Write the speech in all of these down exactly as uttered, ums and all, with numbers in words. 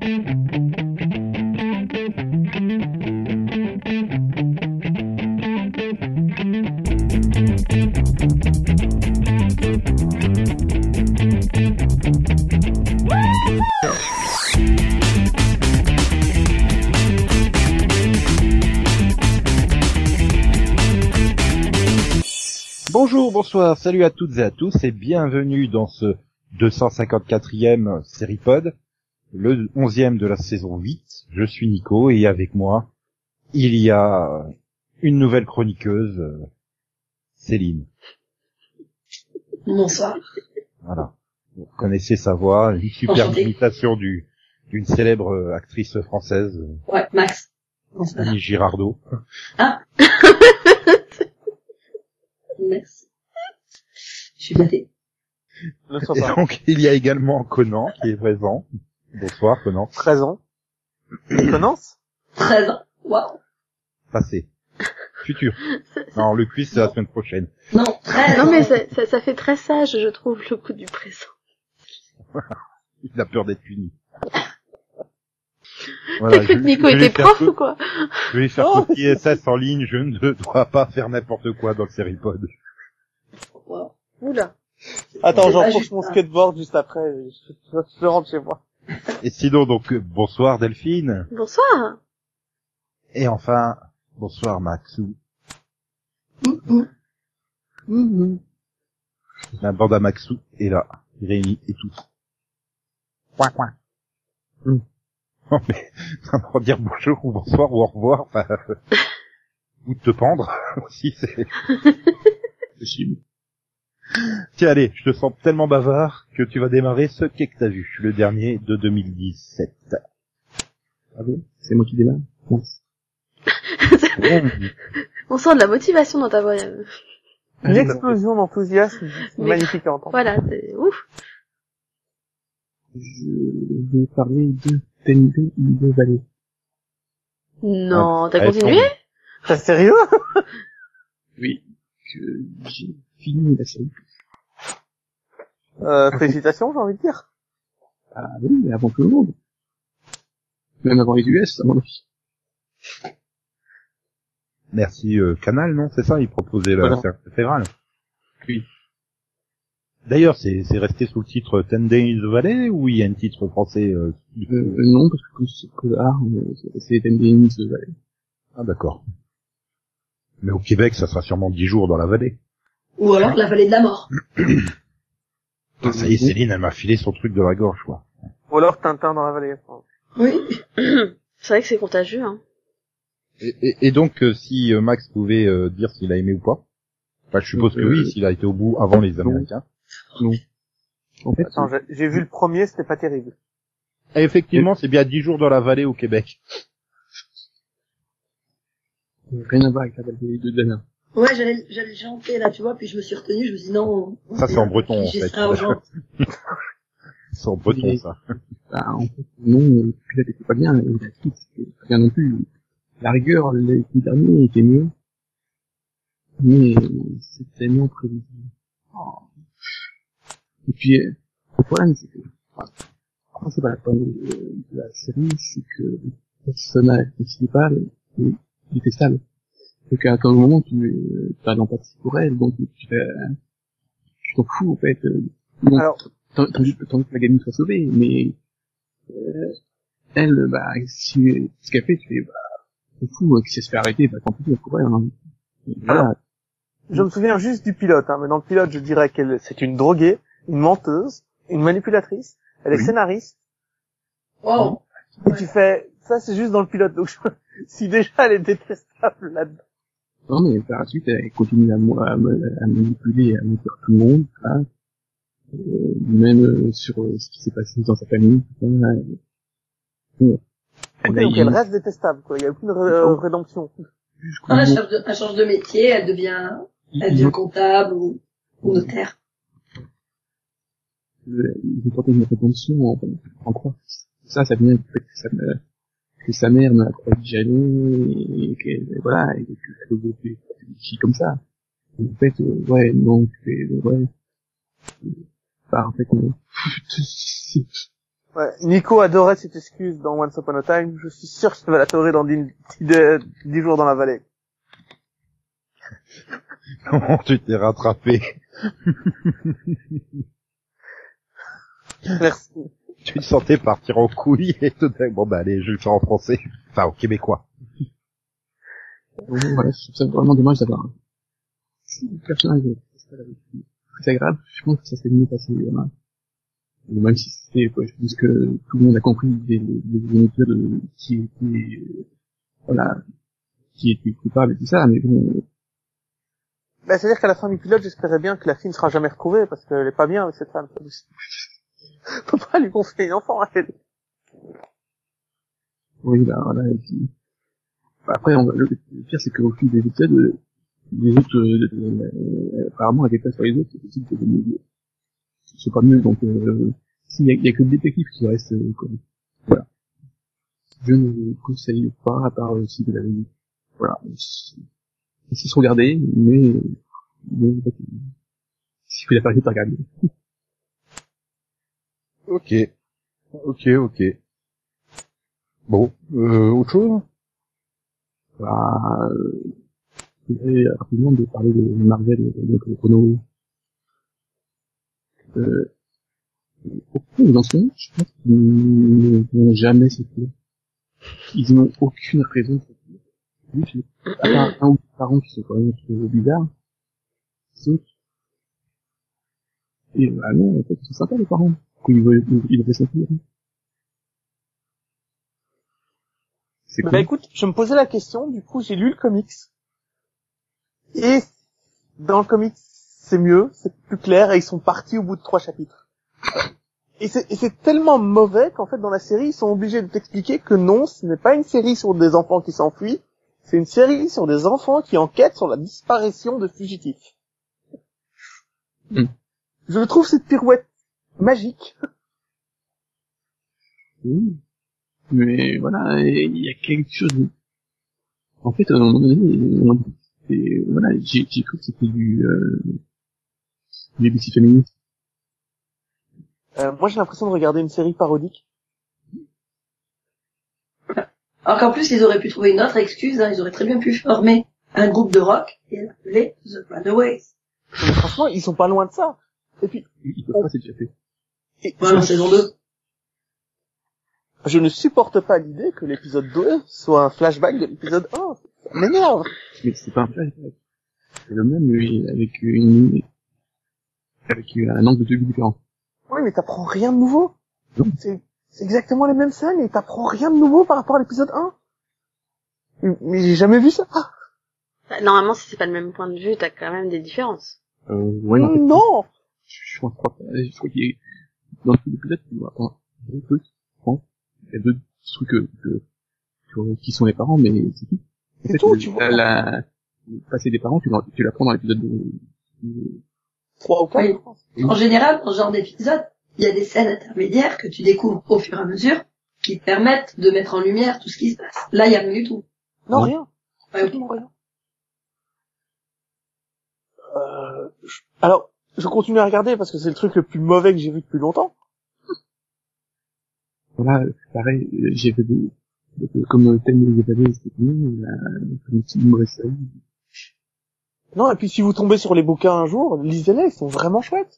Bonjour, bonsoir, salut à toutes et à tous et bienvenue dans ce deux cent cinquante-quatrième Séripod, le onzième de la saison huit. Je suis Nico et avec moi, il y a une nouvelle chroniqueuse, Céline. Bonsoir. Voilà. Vous connaissez sa voix, une superbe imitation du, d'une célèbre actrice française. Ouais, Max. Annie Girardot. Ah. Merci. Je suis flattée. Et donc, il y a également Conan qui est présent. Bonsoir, Conan. Présent. Connasse? treize ans. Waouh. Passé. Futur. Non, le quiz, c'est la semaine prochaine. Non, treize Non, ans. mais ça, ça, ça fait très sage, je trouve, le coup du présent. Il a peur d'être puni. Voilà, T'as cru que Nico était prof co- ou quoi? Je vais faire Oh. copier S S en ligne, je ne dois pas faire n'importe quoi dans le Séripod. Wow. Oula. Attends, C'est pas j'enfonce juste mon ça. skateboard juste après, je, je, je rentre chez moi. Et sinon, donc, euh, bonsoir Delphine. Bonsoir. Et enfin, bonsoir Maxou. Mmh, Mhm. La bande à Maxou est là, réunie et tous. Coin, coin. Mm. Non mais, ça va dire bonjour ou bonsoir ou au revoir, enfin, euh, ou de te pendre, aussi, c'est possible. Tiens, allez, je te sens tellement bavard que tu vas démarrer ce qu'est que t'as vu, le dernier de deux mille dix-sept. Ah bon? C'est moi qui démarre? Non. Bon, On sent de la motivation dans ta voix. euh. Une explosion d'enthousiasme, c'est Mais- magnifique à entendre. Voilà, c'est ouf. Je vais parler de Tendai de Valley. Non, Ah, t'as elle continué? tombe. T'es sérieux? Oui, que j'ai fini la série. Euh, félicitations, j'ai envie de dire. Ah oui, mais avant tout le monde. Même avant les U S, à mon avis. Merci euh, Canal, non? C'est ça, il proposait la Voilà. série intégrale. Oui. D'ailleurs, c'est, c'est resté sous le titre Ten Days of Valley ou il y a un titre français euh, du coup Euh, non, parce que comme c'est Codard, euh, c'est Tendai de Valley. Ah d'accord. Mais au Québec, ça sera sûrement dix jours dans la vallée. Ou alors la vallée de la mort. Ah, ça y est, Céline, elle m'a filé son truc de la gorge, quoi. Ou alors Tintin dans la vallée. Enfin, Oui. C'est vrai que c'est contagieux, hein. Et, et, et donc, euh, si euh, Max pouvait euh, dire s'il a aimé ou pas. Enfin, je suppose que Euh, oui, s'il a été au bout avant les Américains. Non. En fait, Attends, j'ai- j'ai vu le premier, c'était pas terrible. Et effectivement, c'est bien dix jours dans la vallée au Québec. euh, rien à voir avec la vallée de Dana. Ouais, j'allais, j'allais chanter là, tu vois, puis je me suis retenue, je me suis dit non. Ça, c'est en breton, en J'ai fait. ça aux gens. C'est en breton, Oui. ça. Bah, en fait, non, le pilote était pas bien, et la suite, c'était pas bien non plus. La rigueur, l'été dernier était mieux. Mais, c'est tellement prévisible. Oh. Et puis, euh, le problème, c'est que, enfin, c'est pas le problème de, de la série, c'est que le personnage principal est détestable. Donc, à un moment, tu euh, as l'empathie pour elle, donc tu fais, tu t'en fous, en fait. Euh, donc, Alors, tant, tant, tant que la gamine soit sauvée, mais, euh, elle, bah, si, ce qu'elle fait, tu fais, bah, c'est fou, euh, si elle se fait arrêter, bah, tant pis pour elle, hein. Et voilà. je me souviens juste du pilote, hein, mais dans le pilote, je dirais qu'elle, c'est une droguée, une menteuse, une manipulatrice, elle est Oui. scénariste, Wow. et tu fais, ça c'est juste dans le pilote, donc je- si déjà elle est détestable là-dedans. Non, mais par la suite, elle continue à, mo- à, me- à manipuler, à mentir tout le monde, hein. Euh, même euh, sur euh, ce qui s'est passé dans sa famille, tout ça, euh, bon. Elle Ok, a donc eu- elle reste détestable, quoi, il y a aucune ré- euh, rédemption. jusqu'au Ah, elle, moment- change de, elle change de métier, elle devient, ils- elle ils devient ont- comptable ou, ou notaire. euh, ils ont tenté une rédemption en, en quoi ça, ça vient du fait que sa, mère- que sa mère ne l'a pas dit jamais, et que, voilà, et que ça devait être une fille comme ça. Et en fait, euh, ouais, non, tu fais, euh, ouais. Bah, en fait, non. Ouais, Nico adorait cette excuse dans Once Upon a Time. Je suis sûr qu'il va la théorie dans dix, dix jours dans la vallée. Comment tu t'es rattrapé? Merci. Tu te sentais partir en couille et tout d'un coup, bon bah allez, je vais le faire en français. Enfin, au québécois. Donc, voilà, je trouve ça vraiment dommage d'avoir un personnage très agréable. Je pense que ça s'est mieux passé, voilà. Et même si c'était, quoi, je pense que tout le monde a compris des, des, des épisodes qui étaient, euh, voilà, qui étaient coupables et tout ça, mais bon. Bah, c'est-à-dire qu'à la fin du pilote, j'espérais bien que la fille ne sera jamais retrouvée, parce qu'elle est pas bien avec cette femme. On peut pas lui confier une enfant à elle. Oui, bah, voilà, et puis, après, on, le, le pire, c'est qu'au fil des épisodes, euh, les autres, euh, euh, apparemment, avec pas sur les autres, c'est possible que c'est pas mieux, donc, euh, s'il y a, il y a que le détective qui reste, euh, comme, voilà. Je ne conseille pas, à part, euh, si vous l'avez dit. Voilà. Il faut se regarder, mais, mais, si vous l'avez pas regardé, pas regarder. Ok. Ok, ok. Bon, euh, autre chose? Bah, euh, je voudrais rapidement de parler de Marvel et de Chrono. Euh, pourquoi ils en sont? Je pense qu'ils n'ont jamais cessé. Ils n'ont aucune raison de cesser. À part un ou deux parents qui sont quand même trop bizarres. C'est et bah non, en fait, ils sont sympas les parents. Pourquoi ils veulent, ils devraient s'inquiéter? C'est cool. Bah écoute, je me posais la question, du coup j'ai lu le comics. Et dans le comics, c'est mieux, c'est plus clair, et ils sont partis au bout de trois chapitres. Et c'est, et c'est tellement mauvais qu'en fait dans la série, ils sont obligés de t'expliquer que non, ce n'est pas une série sur des enfants qui s'enfuient, c'est une série sur des enfants qui enquêtent sur la disparition de fugitifs. Mm. Je trouve cette pirouette magique. Oui. Mais voilà, il y a quelque chose de... En fait, à un moment donné, on... et, voilà, j'ai, j'ai cru que c'était du... Euh... du B B C féministe. Euh, moi j'ai l'impression de regarder une série parodique. Alors qu'en plus, ils auraient pu trouver une autre excuse, hein, ils auraient très bien pu former un groupe de rock et l'appeler The Runaways. Mais franchement, ils sont pas loin de ça. Et puis, Ils peuvent pas, c'est déjà fait. et Voilà, en saison deux. je ne supporte pas l'idée que l'épisode deux soit un flashback de l'épisode un. Ça m'énerve. Mais c'est pas un flashback. C'est le même, mais avec une... avec un angle de vue différent. Oui, mais t'apprends rien de nouveau. Non. C'est, c'est exactement les mêmes scènes et t'apprends rien de nouveau par rapport à l'épisode un. Mais, mais j'ai jamais vu ça. Ah, Bah, normalement, si c'est pas le même point de vue, t'as quand même des différences. Euh, ouais, en fait, non. je, je crois, je crois qu'il y a, dans tout l'épisode, tu vois, attends, deux trucs, je pense. Il y a deux trucs que, que, que- qui sont les parents, mais c'est tout. En C'est fait, tout, le- tu vois. La, la, le passé des parents, tu, l'as- tu l'apprends dans l'épisode de, de- Trois ou quatre, Oui. je pense. En général, dans ce genre d'épisode, il y a des scènes intermédiaires que tu découvres au fur et à mesure qui te permettent de mettre en lumière tout ce qui se passe. Là, il y a rien du tout. Non, Non. rien. Ouais, ok. Absolument rien. Euh, je- alors, je continue à regarder parce que c'est le truc le plus mauvais que j'ai vu depuis longtemps. voilà, pareil, euh, j'ai fait des, des- comme euh, tel les évalués, c'était bien, la, une petite mauvaise série. Non, et puis si vous tombez sur les bouquins un jour, lisez-les, ils sont vraiment chouettes.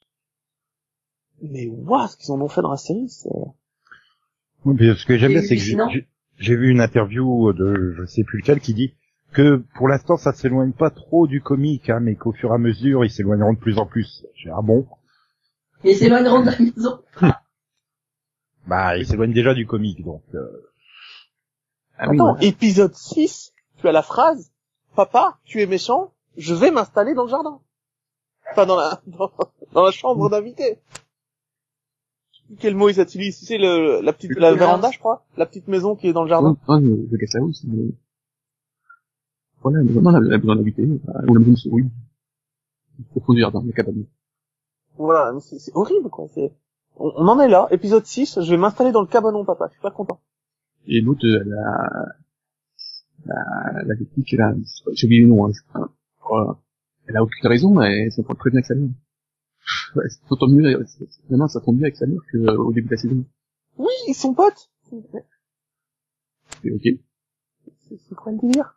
Mais waouh, ce qu'ils en ont fait dans la série, c'est... Oui, puis ce que j'aime bien, Et c'est que j'ai, sinon j'ai- j'ai vu une interview de je sais plus lequel qui dit que pour l'instant ça s'éloigne pas trop du comique, hein, mais qu'au fur et à mesure ils s'éloigneront de plus en plus. J'ai dit, ah bon? Mais c'est loin de rendre la maison. Bah ils s'éloignent déjà du comique, donc. Euh... Ah oui, Attends, voilà. épisode six, tu as la phrase « Papa, tu es méchant, je vais m'installer dans le jardin. » Enfin, dans la, dans, dans la chambre d'invité. Quel mot ils utilisent? Tu sais, le, la petite, la véranda, je crois? La petite maison qui est dans le jardin. Non, non, je casse la hausse, mais... Voilà, mais non, elle a besoin d'inviter, euh, ou la maison de souris. Pour produire dans la cabane. Voilà, mais c'est, c'est horrible, quoi. C'est, on, on en est là. Épisode six, je vais m'installer dans le cabanon, papa. Je suis pas content. Et l'autre, euh, la, la, la technique, là, j'ai oublié le nom, hein, c'est pas- voilà. Elle a aucune raison, mais elle s'entend très bien avec sa mère. Ouais, ça tombe mieux, finalement, ça tombe mieux avec sa mère qu'au début de la saison. Oui, ils sont potes. C'est ok. C'est c'est quoi le délire?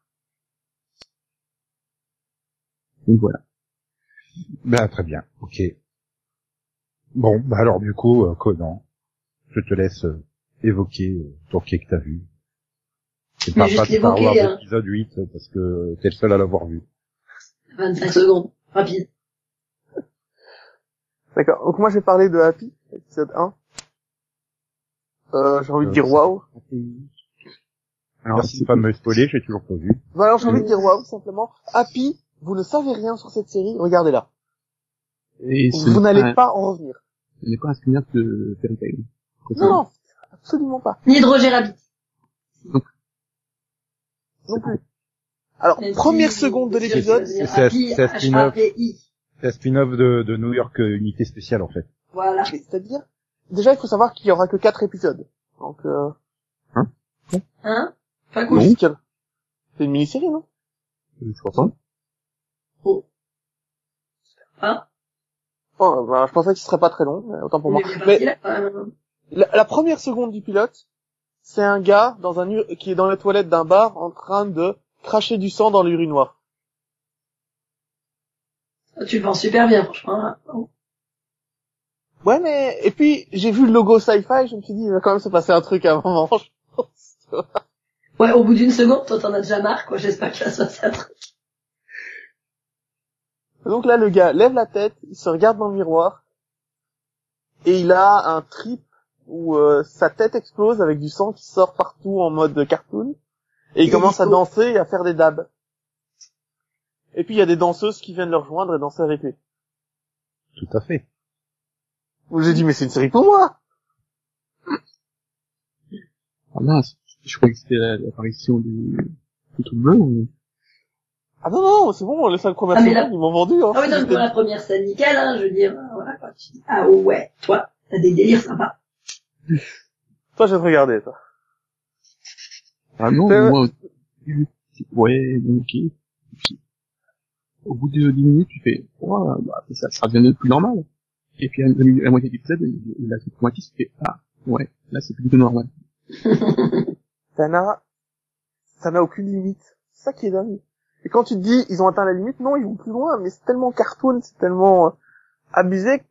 Donc voilà. Ben, très bien. Ok. Bon, bah alors du coup, euh, Conan, je te laisse euh, évoquer euh, ton quai que t'as vu. Et Mais pas juste pas de Star l'évoquer, Wars hein. épisode huit, parce que t'es le seul à l'avoir vu. vingt-cinq secondes. Rapide. D'accord. Donc moi, j'ai parlé de Happy, épisode un. Euh, j'ai envie de Euh, dire c'est- waouh. Alors, Merci de c'est- pas me spoiler, j'ai toujours pas vu. Bah alors, j'ai envie de Mm. dire waouh, simplement. Happy, vous ne savez rien sur cette série, regardez-la. Et ce Vous n'est n'allez pas, pas en revenir. ce n'est pas un souvenir de Fairy Tail. Non, non, absolument pas. Ni de Roger Rabbit. Non plus. Alors, Même première si, seconde de bien sûr, l'épisode, tu vas c'est- dire c'est Happy, un spin-off. H A P I. C'est un spin-off de, de New York euh, Unité Spéciale, en fait. Voilà. mais c'est-à-dire, déjà, il faut savoir qu'il y aura que quatre épisodes. Donc, euh, Hein? Pas cool. oui, quel- c'est une mini-série, non? Je crois pas. Oh. Hein? Oh, bah, je pensais que ce serait pas très long, mais autant pour On moi. est bien Mais parti là, quand même. la, la première seconde du pilote, c'est un gars dans un ur- qui est dans les toilettes d'un bar en train de cracher du sang dans l'urinoir. Tu le vends super bien, franchement. hein. Ouais, mais et puis j'ai vu le logo sci-fi, je me suis dit il va quand même se passer un truc à un moment. je pense. Ouais, au bout d'une seconde, toi t'en as déjà marre, quoi. J'espère qu'il va se passer un truc. Donc là, le gars lève la tête, il se regarde dans le miroir et il a un trip où euh, sa tête explose avec du sang qui sort partout en mode cartoon et il Et commence à disco. danser et à faire des dabs. Et puis il y a des danseuses qui viennent le rejoindre et danser avec lui. Tout à fait. Où j'ai dit mais c'est une série pour moi. Ah mince, je croyais que c'était la- l'apparition du, du truc bleu. ou- Ah non non, c'est bon, les cinq premières Ah, mais secondes là- ils m'ont vendu. Hein. Ah oui, non, pour la première scène, nickel, hein, je veux dire, euh, voilà, quoi. Tu dis, ah ouais, toi, t'as des délires sympas. Toi je vais te regarder toi. Ah non, Euh, moi, au début, ouais, donc, ok. Et puis, au bout de dix minutes, tu fais, oh, bah, ça, ça devient plus normal. Et puis, à la, la moitié de l'épisode, la seconde moitié, tu fais, ah, ouais, là, c'est plutôt normal. Ça n'a, ça n'a aucune limite. C'est ça qui est dingue. Et quand tu te dis, ils ont atteint la limite, non, ils vont plus loin, mais c'est tellement cartoon, c'est tellement euh, abusé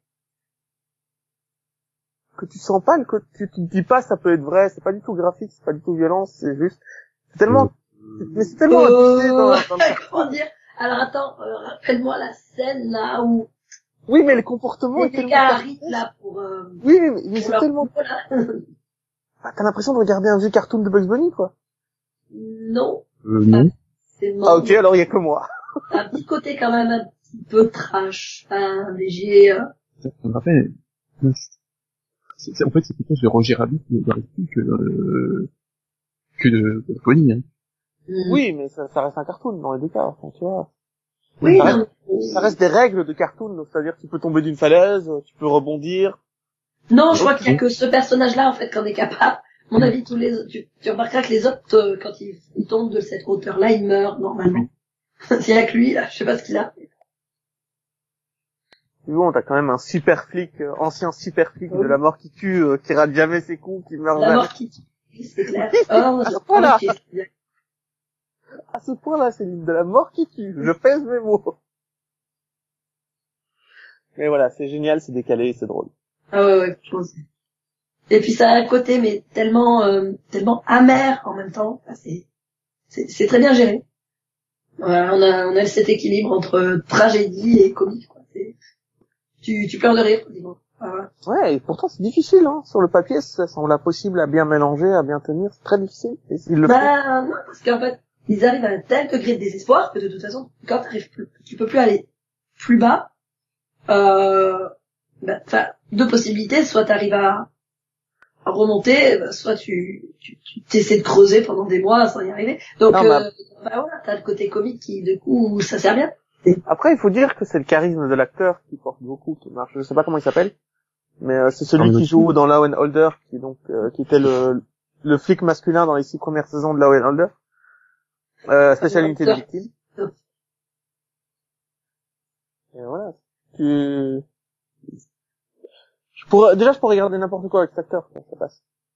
que tu sens pas, que tu, tu te dis pas ça peut être vrai, c'est pas du tout graphique, c'est pas du tout violent, c'est juste, c'est tellement, mais c'est tellement abusé dans, Euh, dans le... comment dire? Alors attends, euh, rappelle-moi la scène là où Oui, mais le comportement les est tellement gars cartoon. arrivent là pour, euh, Oui, mais, mais pour c'est leur tellement, boulot, là. ah, t'as l'impression de regarder un vieux cartoon de Bugs Bunny, quoi. Non, Euh, non. c'est mort. Ah, ok, alors il y a que moi. Un petit côté quand même un petit peu trash, un léger, euh, Ça, ça me rappelle, c'est, c'est, en fait, c'est plutôt de Roger Rabbit, de Rabbit que, euh, que de, de Pony, hein. hmm. Oui, mais ça, ça reste un cartoon dans les deux cas, enfin, tu vois. Oui, ça, non, reste, mais- ça reste des règles de cartoon, donc c'est-à-dire que tu peux tomber d'une falaise, tu peux rebondir. Non, je crois qu'il y a Ok. que ce personnage-là, en fait, qu'on est capable. À mon avis, tous les autres, tu, tu remarqueras que les autres, euh, quand ils, ils tombent de cette hauteur-là, ils meurent, normalement. S'il y a que lui, là, je sais pas ce qu'il a. Mais bon, t'as quand même un super flic, euh, ancien super flic de la mort qui tue, euh, qui rate jamais ses coups, qui meurt La jamais. mort qui tue, c'est clair. Oui, Oh, à ce point-là. ok, c'est bien. À ce point-là, c'est l'île de la mort qui tue. Je pèse mes mots. Mais voilà, c'est génial, c'est décalé, c'est drôle. Ah ouais, ouais, je pense. Et puis ça a un côté, mais tellement, euh, tellement amer en même temps. Enfin, c'est, c'est, c'est très bien géré. Voilà, on a, on a cet équilibre entre tragédie et comique, quoi. C'est, tu, tu pleures de rire, dis-moi. Ah, voilà. Ouais, et pourtant c'est difficile, hein. Sur le papier, ça semble impossible à bien mélanger, à bien tenir. C'est très difficile. Et ils le font. Bah, non, parce qu'en fait, ils arrivent à un tel degré de désespoir que de toute façon, quand t'arrives plus, tu peux plus aller plus bas, euh, bah, enfin, deux possibilités, soit t'arrives à, à remonter, bah, soit tu, tu, tu t'essaies de creuser pendant des mois sans y arriver. Donc, Non, euh, bah voilà, t'as le côté comique qui, de coup, ça sert bien. Après, il faut dire que c'est le charisme de l'acteur qui porte beaucoup, qui marche. Je sais pas comment il s'appelle, mais euh, c'est celui Dans qui le joue dans Law and Order, qui donc euh, qui était le le flic masculin dans les six premières saisons de Law and Order. Euh, spécial unité de victime. Et voilà. Tu... Je pourrais, déjà, je pourrais regarder n'importe quoi avec cet acteur, quand ça passe.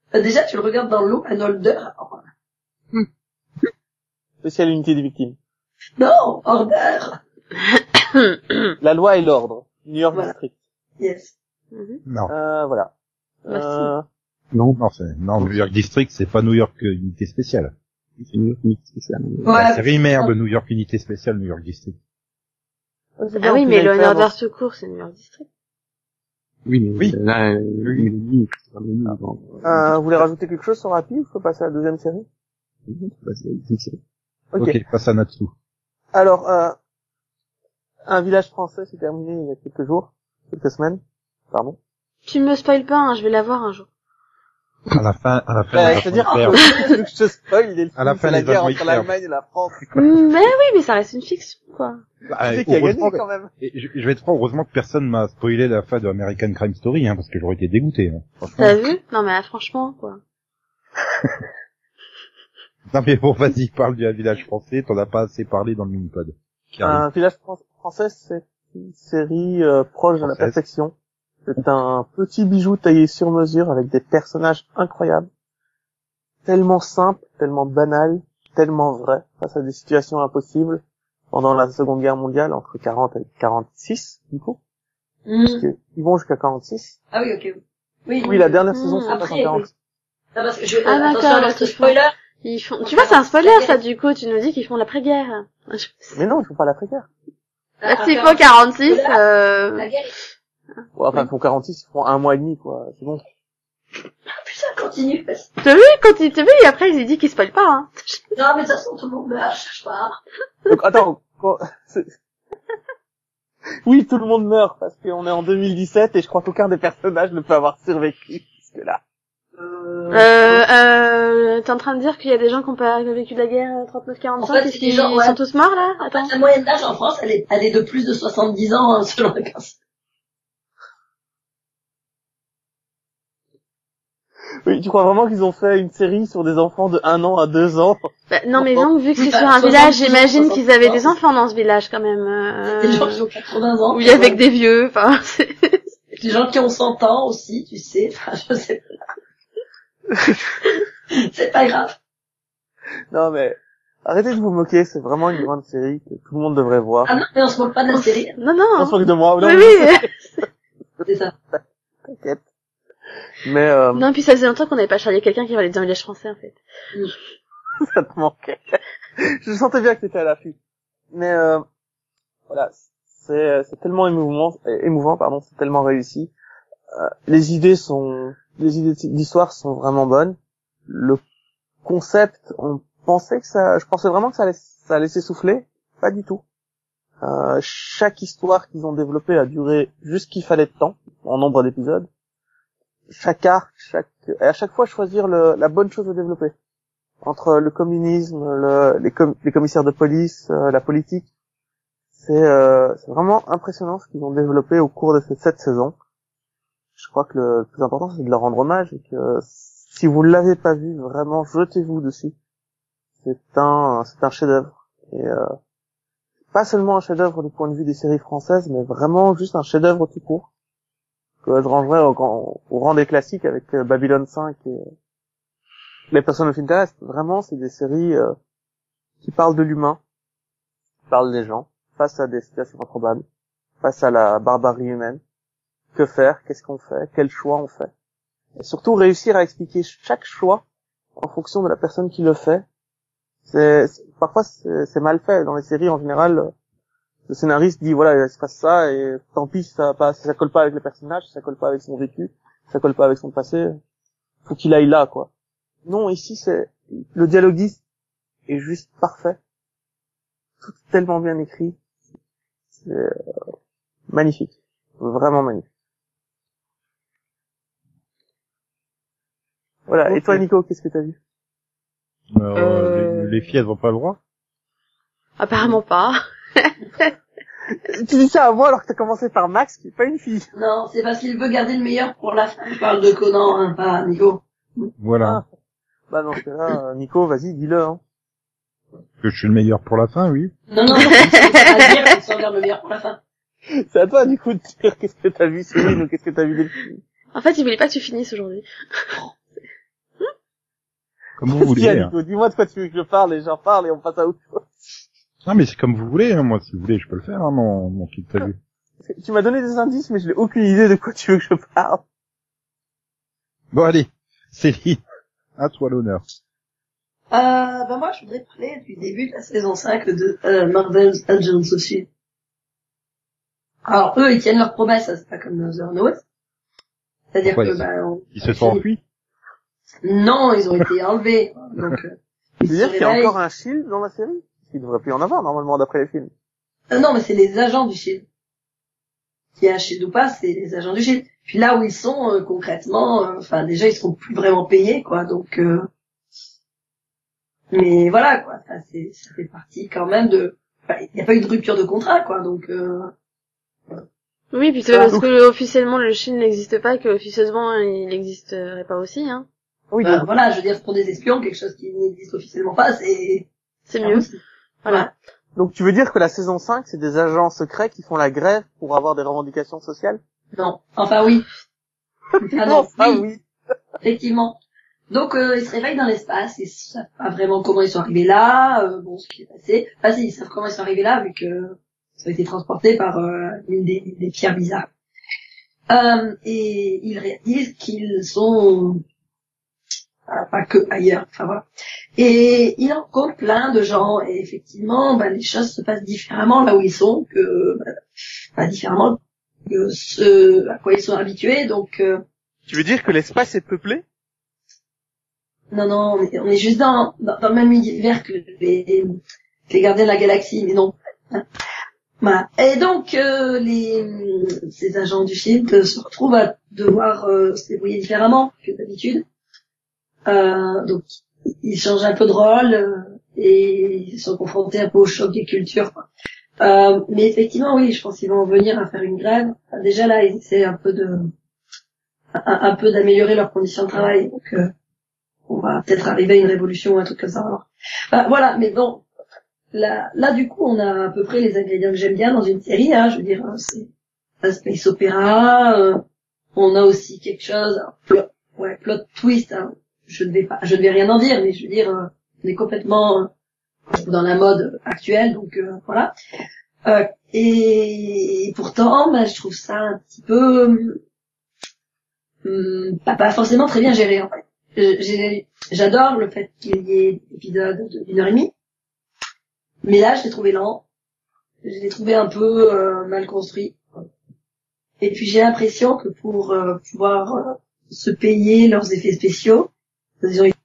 Euh, déjà, tu le regardes dans l'eau, un holder. Oh, Spécial unité des victimes. non, order. La loi et l'ordre. New York Voilà. District. Yes. Mhm. Non. Euh, voilà. Merci. Euh, Non, Non, c'est, non, New York District, c'est pas New York euh, Unité Spéciale. c'est une unité spéciale. Ouais. La série merde, New York Unité Spéciale, New York District. c'est bien Ah oui, que mais vous le avez fait Order avant. Secours, c'est New York District. Oui, mais Oui. là, euh, Oui. Mélodie, c'est pas Mélodie, dans- Euh, vous voulez rajouter quelque chose sur Happy ou je peux passer à la deuxième série? Bah, c'est- c'est- c'est- Ok. Ok, passe à Natsu. Alors, euh, un village français s'est terminé il y a quelques jours, quelques semaines, pardon. Tu me spoil pas, hein, je vais la voir un jour. À la fin, à la fin, Euh, les C'est-à-dire affaires que nucléaires. tu veux que je te spoil, il est le À la film, fin, c'est la les guerre Allemands entre y l'Allemagne et la France. mais oui, mais ça reste une fiction, quoi. Bah, Tu sais qui a heureusement gagné que- quand même. et je, je vais être franc, heureusement que personne m'a spoilé la fin de American Crime Story, hein, parce que j'aurais été dégoûté. Hein, franchement. T'as vu? Non, mais ah, franchement, quoi. Non mais bon, vas-y, parle du village français, t'en as pas assez parlé dans le mini-pod. Qui arrive. Un village fran- français, c'est une série euh, proche de la Française. perfection. C'est un petit bijou taillé sur mesure avec des personnages incroyables. Tellement simple, tellement banal, tellement vrai, face à des situations impossibles pendant la Seconde Guerre mondiale, entre quarante et quarante-six, du coup. Mm. Parce que ils vont jusqu'à quarante-six. Ah oui, ok. Oui, Oui, la dernière Mmh. saison se passe en Après, quarante. Ah, parce que je, Ah, euh, attention, d'accord, alerte parce qu'ils spoiler. Ils font, tu vois, c'est un spoiler, ça, du coup, tu nous dis qu'ils font l'après-guerre. Mais non, ils font pas l'après-guerre. Bah, s'il faut quarante-six, euh... La guerre, Ouais, enfin, ils font quarante-six, ils font un mois et demi, quoi. C'est bon. putain, continue. parce- t'as vu, quand il te vu, et après, il dit qu'il spoil pas, hein. Non, mais de toute façon, tout le monde meurt, je cherche pas. Donc, attends, quoi, c'est- oui, tout le monde meurt parce qu'on est en deux mille dix-sept et je crois qu'aucun des personnages ne peut avoir survécu jusque là. Euh, Euh, euh, t'es en train de dire qu'il y a des gens qui ont pas vécu la guerre trente-neuf quarante-cinq En fait, et c'est qu'ils des gens, ouais. sont tous morts, là? En Attends. fait, la moyenne d'âge en France, elle est, elle est de plus de soixante-dix ans, hein, selon la classe. Oui, tu crois vraiment qu'ils ont fait une série sur des enfants de un an à deux ans? Bah, non, mais donc, vu que c'est Bah, sur un soixante-dix village, ans, j'imagine qu'ils avaient des soixante-dix enfants dans ce village, quand même. Euh... Des gens qui ont quatre-vingts ans. Oui, avec des vieux, enfin, c'est... Des gens qui ont cent ans aussi, tu sais, enfin, je sais pas. C'est pas grave. Non, mais arrêtez de vous moquer, c'est vraiment une grande série que tout le monde devrait voir. Ah non, mais on se moque pas de la série. Non, On non. se moque de moi, non, Oui, mais oui. C'est ça. t'inquiète. Mais euh, Non, puis ça faisait longtemps qu'on n'avait pas charrié quelqu'un qui parlait d'un village français, en fait. ça te manquait. Je sentais bien que t'étais à l'affût. Mais euh, voilà, c'est c'est tellement émouvant, émouvant, pardon, c'est tellement réussi. Euh, les idées sont, les idées d'histoire sont vraiment bonnes. Le concept, on pensait que ça, je pensais vraiment que ça allait, ça allait s'essouffler, pas du tout. Euh, chaque histoire qu'ils ont développée a duré juste ce qu'il fallait de temps, en nombre d'épisodes. Chaque arc, chaque, et à chaque fois choisir le, la bonne chose à développer. Entre le communisme, le, les, com- les commissaires de police, euh, la politique. C'est, euh, c'est vraiment impressionnant ce qu'ils ont développé au cours de cette, cette saison. Je crois que le plus important, c'est de leur rendre hommage et que si vous ne l'avez pas vu, vraiment, jetez-vous dessus. C'est un, c'est un chef-d'œuvre. Et, euh, pas seulement un chef-d'œuvre du point de vue des séries françaises, mais vraiment juste un chef-d'œuvre tout court. Que je rangerais au, au, au rang des classiques avec euh, Babylon cinq et euh, Les Person of Interest. Vraiment, c'est des séries euh, qui parlent de l'humain, qui parlent des gens, face à des situations improbables, face à la barbarie humaine. Que faire? Qu'est-ce qu'on fait? Quel choix on fait? Et surtout, réussir à expliquer chaque choix en fonction de la personne qui le fait. C'est, c'est parfois, c'est, c'est mal fait. Dans les séries, en général, le scénariste dit, voilà, il se passe ça, et tant pis si ça, pas, si ça colle pas avec le personnage, si ça colle pas avec son vécu, si ça colle pas avec son passé, faut qu'il aille là, quoi. Non, ici, c'est, le dialoguiste est juste parfait. Tout est tellement bien écrit. C'est euh, magnifique. Vraiment magnifique. Voilà. Okay. Et toi, Nico, qu'est-ce que t'as vu? Euh, Euh... les, les filles, elles ont pas le droit. Apparemment pas. Tu dis ça à moi alors que t'as commencé par Max, qui est pas une fille. Non, c'est parce qu'il veut garder le meilleur pour la fin. Je parle de Conan, hein, pas Nico. Voilà. Ah. Bah dans ce cas-là, Nico, vas-y, dis-le. Hein. Que je suis le meilleur pour la fin, oui. Non, non, non, c'est pas à dire qu'il s'en garde le meilleur pour la fin. C'est à toi, du coup, de dire qu'est-ce que t'as vu, Céline, ou qu'est-ce que t'as vu des filles. En fait, il voulait pas que tu finisses aujourd'hui. Comme vous voulez. Vas-y, Hein. Nico, dis-moi de quoi tu veux que je parle et j'en parle et on passe à autre chose. Non, mais c'est comme vous voulez. Hein. Moi, si vous voulez, je peux le faire, hein, mon, mon kit t'as vu. Tu m'as donné des indices, mais je n'ai aucune idée de quoi tu veux que je parle. Bon, allez. Céline, à toi l'honneur. Euh, bah moi, je voudrais parler du début de la saison cinq de euh, Marvel's Agents of Shield. Alors, eux, ils tiennent leurs promesses, c'est pas comme The Unknown. C'est-à-dire Pourquoi que, ils- bah, on... Ils se sont enfuis. Non, ils ont été enlevés. Donc, euh, ils Tu veux se dire qu'il y a réveillent. encore un Shield dans la série? Il devrait plus y en avoir, normalement, d'après les films. Euh, non, mais c'est les agents du Shield. Qu'il y a un Shield ou pas, c'est les agents du Shield. Puis là où ils sont, euh, concrètement, euh, enfin, déjà, ils seront plus vraiment payés, quoi, donc, euh... mais voilà, quoi, enfin, c'est, ça fait partie quand même de, enfin, il n'y a pas eu de rupture de contrat, quoi, donc, euh... Oui, puis c'est Ah, parce donc- que officiellement le Shield n'existe pas que officieusement il n'existerait pas aussi, hein. Oui, bah, donc, voilà, je veux dire, pour des espions, quelque chose qui n'existe officiellement pas, c'est, C'est mieux. Voilà. donc tu veux dire que la saison cinq, c'est des agents secrets qui font la grève pour avoir des revendications sociales? Non. Enfin, oui. Ah non, ah oui. oui. Effectivement. Donc euh, ils se réveillent dans l'espace, ils savent pas vraiment comment ils sont arrivés là, euh, bon ce qui est passé. Ah si, ils savent comment ils sont arrivés là vu que ça a été transporté par euh, une des, des pierres bizarres. Euh, et ils réalisent qu'ils sont euh, pas que ailleurs, enfin voilà. Et ils rencontrent plein de gens et effectivement, bah, les choses se passent différemment là où ils sont que bah, pas différemment que ce à quoi ils sont habitués. Donc euh, Tu veux dire que l'espace est peuplé? non, non, on est, on est juste dans, dans, dans le même univers que les, les gardiens de la galaxie, mais non. Hein. Voilà. Et donc, euh, les, ces agents du Shield se retrouvent à devoir euh, se débrouiller différemment que d'habitude. Euh, donc, ils changent un peu de rôle euh, et ils sont confrontés un peu au choc des cultures, quoi. Euh, mais effectivement, oui, je pense qu'ils vont venir à faire une grève. Enfin, déjà là, ils essaient un peu de, un, un peu d'améliorer leurs conditions de travail. Donc, euh, on va peut-être arriver à une révolution ou un truc comme ça. Alors. Bah, voilà, mais bon, là, là du coup, on a à peu près les ingrédients que j'aime bien dans une série. Hein, je veux dire, c'est un space opéra. Euh, on a aussi quelque chose, un plot, ouais, plot twist. Hein, je ne vais pas, je ne vais rien en dire, mais je veux dire, euh, on est complètement euh, dans la mode actuelle, donc euh, voilà. Euh, et, et pourtant, bah, je trouve ça un petit peu, hum, pas, pas forcément très bien géré en fait. J'ai, j'adore le fait qu'il y ait des épisodes d'une heure et demie, mais là je l'ai trouvé lent, je l'ai trouvé un peu euh, mal construit, et puis j'ai l'impression que pour euh, pouvoir euh, se payer leurs effets spéciaux, ils ont...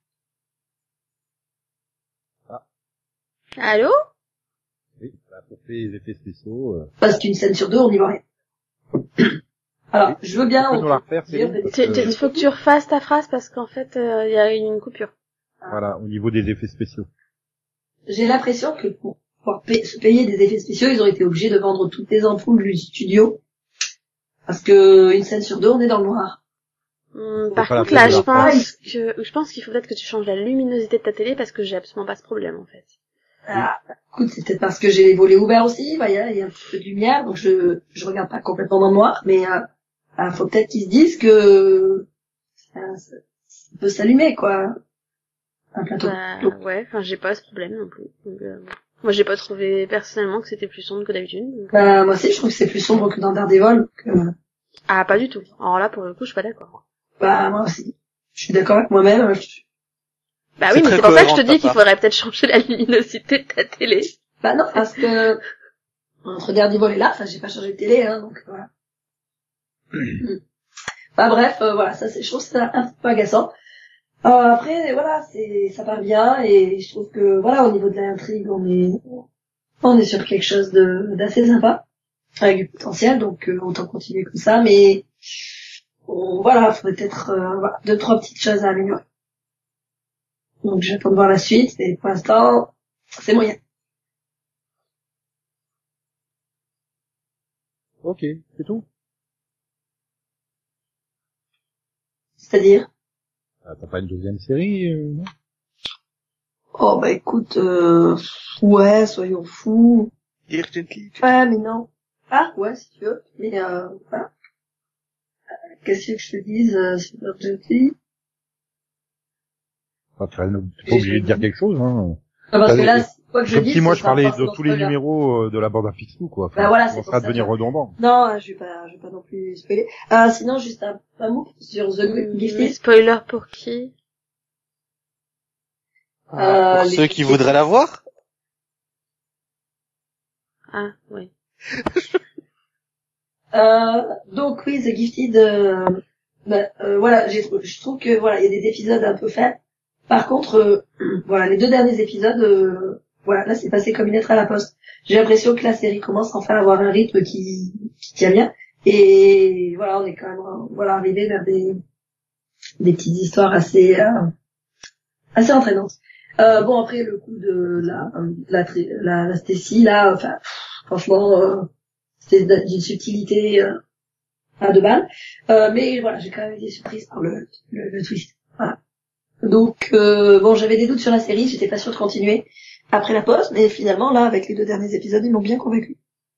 Allô? Oui, bah, pour faire les effets spéciaux. Euh... parce qu'une scène sur deux on n'y voit rien. Alors, je veux bien... Tu peux on nous la peut refaire, dire Céline, des- parce Tu- que- tu- Il faut que tu refasses ta phrase parce qu'en fait euh, il y a eu une coupure. Voilà, au niveau des effets spéciaux. J'ai l'impression que pour pouvoir payer- se payer des effets spéciaux, ils ont été obligés de vendre toutes les ampoules du studio. Parce que une scène sur deux, on est dans le noir. Hum, par pas la contre peine là de je la pense que je pense qu'il faut peut-être que tu changes la luminosité de ta télé parce que j'ai absolument pas ce problème en fait. Ah, écoute, c'est peut-être parce que j'ai les volets ouverts aussi. Bah, il y a, il y a un petit peu de lumière, donc je je regarde pas complètement dans le noir. Mais euh, ah, faut peut-être qu'ils se disent que ça, ça, ça peut s'allumer, quoi. Un plateau. Bah Donc, ouais, enfin j'ai pas ce problème non plus. Donc, euh, moi j'ai pas trouvé personnellement que c'était plus sombre que d'habitude. donc- bah, moi aussi, je trouve que c'est plus sombre que dans Daredevil. Donc, euh, Ah pas du tout. Alors là pour le coup je suis pas d'accord. bah, moi aussi. Je suis d'accord avec moi-même. Je- Bah C'est oui mais très c'est pour ça que je cohérent te de ta dis qu'il part. faudrait peut-être changer la luminosité de ta télé. Bah non, parce que entre Daredevil et là, enfin, j'ai pas changé de télé, hein, donc voilà. Mm. Bah bref, euh, voilà, ça c'est, je trouve ça un petit peu agaçant. Euh, après, voilà, c'est, ça part bien et je trouve que voilà, au niveau de l'intrigue, on est, on est sur quelque chose de d'assez sympa avec du potentiel, donc euh, autant continuer comme ça. Mais on, voilà, faudrait peut-être euh, voilà, deux trois petites choses à améliorer. Donc j'attends de voir la suite, mais pour l'instant, c'est moyen. Ok, c'est tout. C'est-à-dire, Ah, t'as pas une deuxième série, euh, non? oh bah écoute, euh, ouais, soyons fous. Urgently. Ouais, mais non. Ah, ouais, si tu veux. Mais, euh, voilà. Euh, Qu'est-ce que je te dise, euh, sur Urgently? Enfin, tu n'es pas obligé de dire quelque chose, hein. Ah, parce Ça, que là, quoi que je Comme dise, si moi ce je sera parlais de forcément tous les spoiler. numéros euh, de la bande à Picsou, quoi. Enfin, Bah voilà, ça c'est pour va ça, devenir tu vois. redondant. Non, je vais pas, je vais pas non plus spoiler. Euh, sinon, juste un, un mot sur The Mais Gifted. spoiler pour qui? Euh, Pour les- ceux qui voudraient la voir. Ah, oui. Euh, donc oui, The Gifted, euh, bah, euh, voilà, j'ai, je trouve que voilà, il y a des épisodes un peu faibles. Par contre, euh, voilà, les deux derniers épisodes, euh, voilà, là c'est passé comme une lettre à la poste. J'ai l'impression que la série commence enfin à avoir un rythme qui, qui tient bien. Et voilà, on est quand même, euh, voilà, arrivé vers des, des petites histoires assez, euh, assez entraînantes. Euh, bon après le coup de la, la, la, la Stacy là, enfin, pff, franchement. Euh, c'est d'une subtilité euh, à deux balles. Euh, mais voilà, j'ai quand même été surprise par le, le, le twist. Voilà. Donc, euh, bon, j'avais des doutes sur la série, j'étais pas sûre de continuer après la pause, mais finalement, là, avec les deux derniers épisodes, ils m'ont bien convaincu.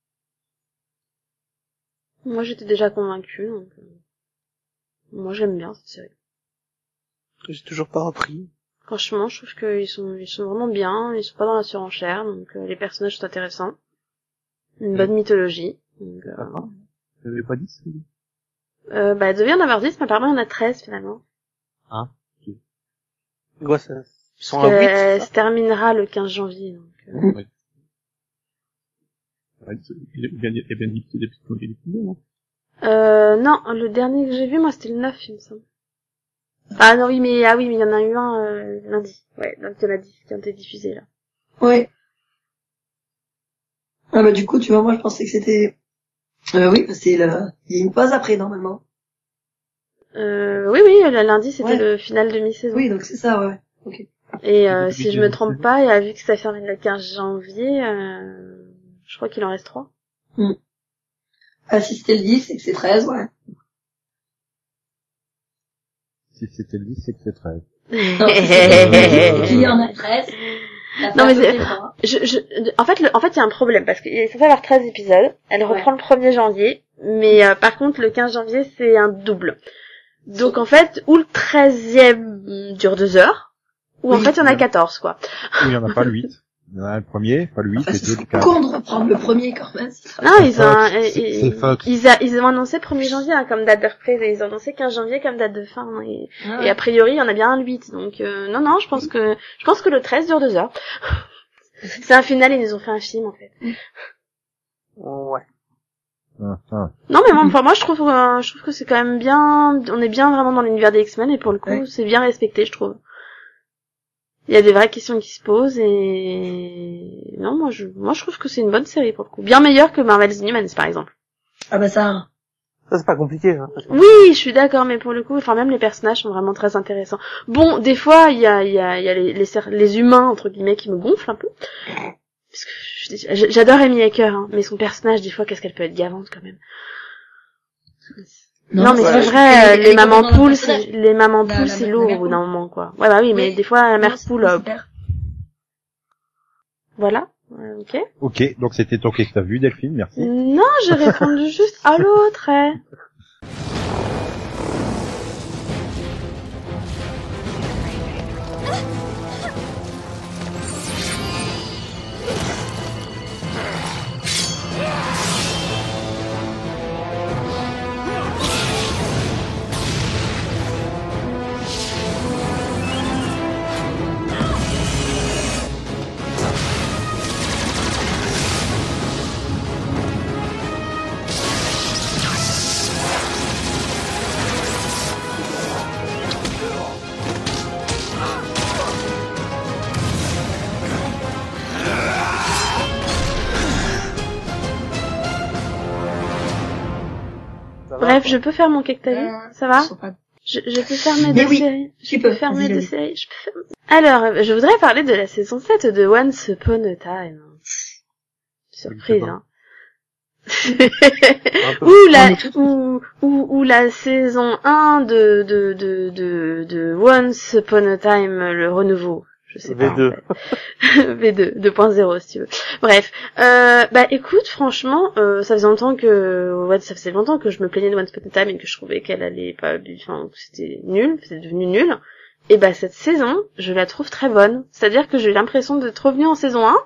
Moi, j'étais déjà convaincue, donc... euh, Moi, j'aime bien cette série. J'ai toujours pas repris. Franchement, je trouve qu'ils sont, ils sont vraiment bien, ils sont pas dans la surenchère, donc euh, les personnages sont intéressants. Une bonne mythologie. Donc, euh, D'accord. Vous avez pas dit ça? euh, bah, elle devait en avoir dix, mais apparemment, il y en a treize, finalement. Ah, ok. Quoi, ça? Ils sont Parce à que, huit, euh, ça se terminera le quinze janvier, donc, euh, Ouais. Ouais, il y a bien, il y a bien dit que depuis qu'on est diffusé, non? Euh, non, le dernier que j'ai vu, moi, c'était le neuf, il me semble. Ah non, oui, mais, ah oui, mais il y en a eu un, euh, lundi. Ouais, donc il y en a dix qui ont été diffusés, là. Ouais. Ah bah du coup, tu vois, moi je pensais que c'était... Euh, oui, c'est le... il y a une pause après, normalement. Euh, oui, oui, le lundi, c'était Ouais. le final de mi-saison. Oui, donc c'est ça, ouais. Ok. Et, euh, Depuis si je le me début trompe de pas, et euh, vu que ça ferme le quinze janvier, euh, je crois qu'il en reste trois. Ah, si c'était le dix, c'est que c'est treize, ouais. Si c'était le dix, c'est que c'est treize. Non, si c'était le dix, qu'il y en a treize, ça fait Non, à mais peu c'est- près trois. Je, je, en fait, le, en fait, il y a un problème parce qu'il est censé avoir treize épisodes. Elle reprend le premier janvier, mais euh, par contre, le quinze janvier, c'est un double. Donc, en fait, ou le treizième dure deux heures, ou en Oui. fait, il y en a quatorze, quoi. Ou il y en a pas le huit. Il y en a le premier, pas le huit, Enfin, et ce deux, serait le quatre. con de reprendre le premier quand même. ce sera- Non, C'est ils ont, Fox, euh, c'est- ils, c'est Fox. ils, a- ils ont annoncé premier janvier hein, comme date de reprise et ils ont annoncé quinze janvier comme date de fin. Et, Ah, et a priori, il y en a bien un le huit. Donc, euh, non, non, je pense que, je pense que le treize dure deux heures. C'est un final, ils nous ont fait un film, en fait. Ouais. Ah, ah. Non, mais moi, enfin, moi, je trouve, euh, je trouve que c'est quand même bien, on est bien vraiment dans l'univers des X-Men et pour le coup, Ouais. c'est bien respecté, je trouve. Il y a des vraies questions qui se posent et non, moi, je, moi, je trouve que c'est une bonne série pour le coup. Bien meilleure que Marvel's Inhumans, par exemple. ah bah ça. Ça, c'est pas compliqué, hein. Oui, je suis d'accord, mais pour le coup, enfin, même les personnages sont vraiment très intéressants. Bon, des fois, il y a, il y a, il y a les, les, cer- les humains, entre guillemets, qui me gonflent un peu. Parce que je- je- j'adore Amy Acker, hein, mais son personnage, des fois, qu'est-ce qu'elle peut être gavante, quand même. Non, mais c'est ouais. vrai, c'est je vrai, trouve qu'elle euh, est- elle les est mamans complètement dans le poules, personnage. c'est, les mamans La- poules, la- c'est la lourd mère au bout d'un poule. moment, quoi. Ouais, bah oui, mais Oui. des fois, la mère Non, c'est- poule, c'est euh, super. voilà. Ouais, ok. Ok, donc c'était toi que t'as vu, Delphine, merci. Non, j'ai répondu juste à l'autre, hein. Ça va, Bref, quoi. je peux faire mon cake t'as vu? Euh, Ça va? je sais pas. Je, je peux faire mes Mais deux oui, séries. tu Je peux, peux faire mes vas-y, deux vas-y. séries. Je peux faire... Alors, euh, je voudrais parler de la saison sept de Once Upon a Time. Surprise, hein. Un peu. ou la, Non, mais tout de suite. ou, ou, ou la saison un de, de, de, de, de Once Upon a Time, le renouveau. Je sais pas. V deux. En fait. V deux, deux point zéro si tu veux. Bref. Euh, bah écoute, franchement, euh, ça faisait longtemps que, ouais, ça faisait longtemps que je me plaignais de Once Upon a Time et que je trouvais qu'elle allait pas, enfin, que c'était nul, c'était devenu nul. et bah cette saison, je la trouve très bonne. C'est-à-dire que j'ai eu l'impression d'être revenue en saison un,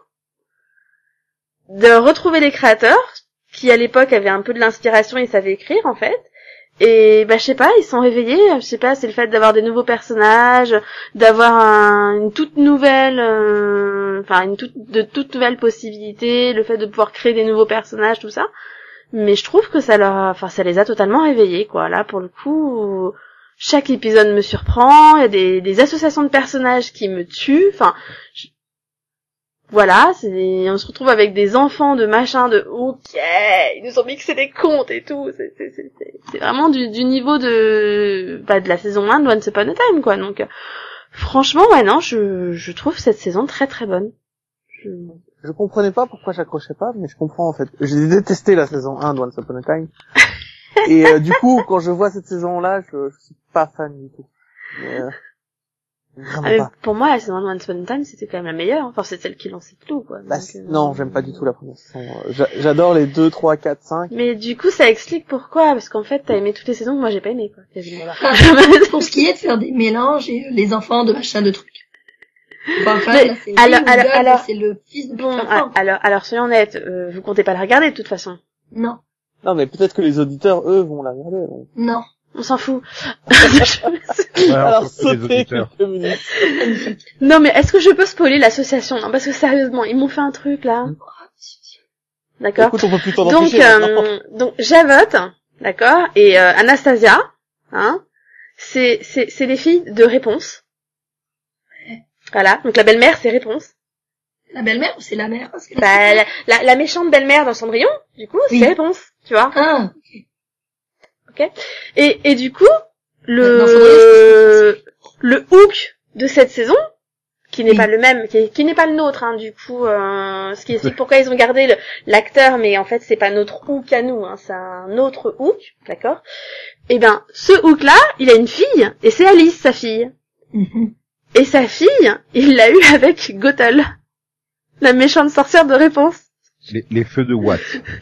de retrouver les créateurs, qui à l'époque avaient un peu de l'inspiration, ils savaient écrire en fait. Et bah je sais pas, ils sont réveillés, je sais pas, c'est le fait d'avoir des nouveaux personnages, d'avoir un, une toute nouvelle euh, enfin une toute de toutes nouvelles possibilités, le fait de pouvoir créer des nouveaux personnages, tout ça. Mais je trouve que ça leur enfin ça les a totalement réveillés quoi. Là pour le coup, chaque épisode me surprend, il y a des des associations de personnages qui me tuent, enfin je... Voilà, c'est, on se retrouve avec des enfants de machin, de ok, ils nous ont mixé des contes et tout, c'est, c'est, c'est, c'est vraiment du, du niveau de, bah, de la saison un de Once Upon a Time, quoi, donc, euh, franchement, ouais, non, je, je trouve cette saison très très bonne. Je, je comprenais pas pourquoi j'accrochais pas, mais je comprends, en fait. J'ai détesté la saison un de Once Upon a Time. Et, euh, du coup, quand je vois cette saison-là, je, je suis pas fan du tout. Mais, euh... Euh, pour moi, la saison de Once Upon a Time, c'était quand même la meilleure. Enfin, c'est celle qui lançait tout, quoi. Bah, donc, euh... non, j'aime pas du tout la première saison. J'adore les deux, trois, quatre, cinq. Mais du coup, ça explique pourquoi. Parce qu'en fait, t'as aimé toutes les saisons que moi j'ai pas aimé, quoi. Quasiment. Pour ce qui est de faire des mélanges et les enfants de machin de trucs. Enfin, enfin, mais, là, c'est alors, alors, God, alors, c'est le fils de bon, alors, alors, alors, soyons honnêtes, euh, vous comptez pas la regarder de toute façon. Non. Non, mais peut-être que les auditeurs, eux, vont la regarder. Donc. Non. On s'en fout. Ouais, alors, sautez quelques minutes. Non, mais est-ce que je peux spoiler l'association? Non, parce que sérieusement, ils m'ont fait un truc, là. D'accord? Écoute, on peut plus t'en donc, empêcher, euh, donc, Javotte, d'accord, et euh, Anastasia, hein, c'est, c'est, c'est les filles de Réponse. Voilà. Donc, la belle-mère, c'est Réponse. La belle-mère ou c'est la mère? Parce que bah, la, la, la méchante belle-mère dans Cendrillon, du coup, oui. c'est Réponse, tu vois. Ah, ok. Ok. Et, et du coup, le, euh, le hook de cette saison, qui n'est oui. pas le même, qui, qui n'est pas le nôtre, hein, du coup, euh, ce qui explique pourquoi ils ont gardé le, l'acteur, mais en fait, c'est pas notre hook à nous, hein, c'est un autre hook, d'accord? Et ben, ce hook-là, il a une fille, et c'est Alice, sa fille. Mm-hmm. Et sa fille, il l'a eu avec Gothel, la méchante sorcière de Réponse. Les, les feux de Watt.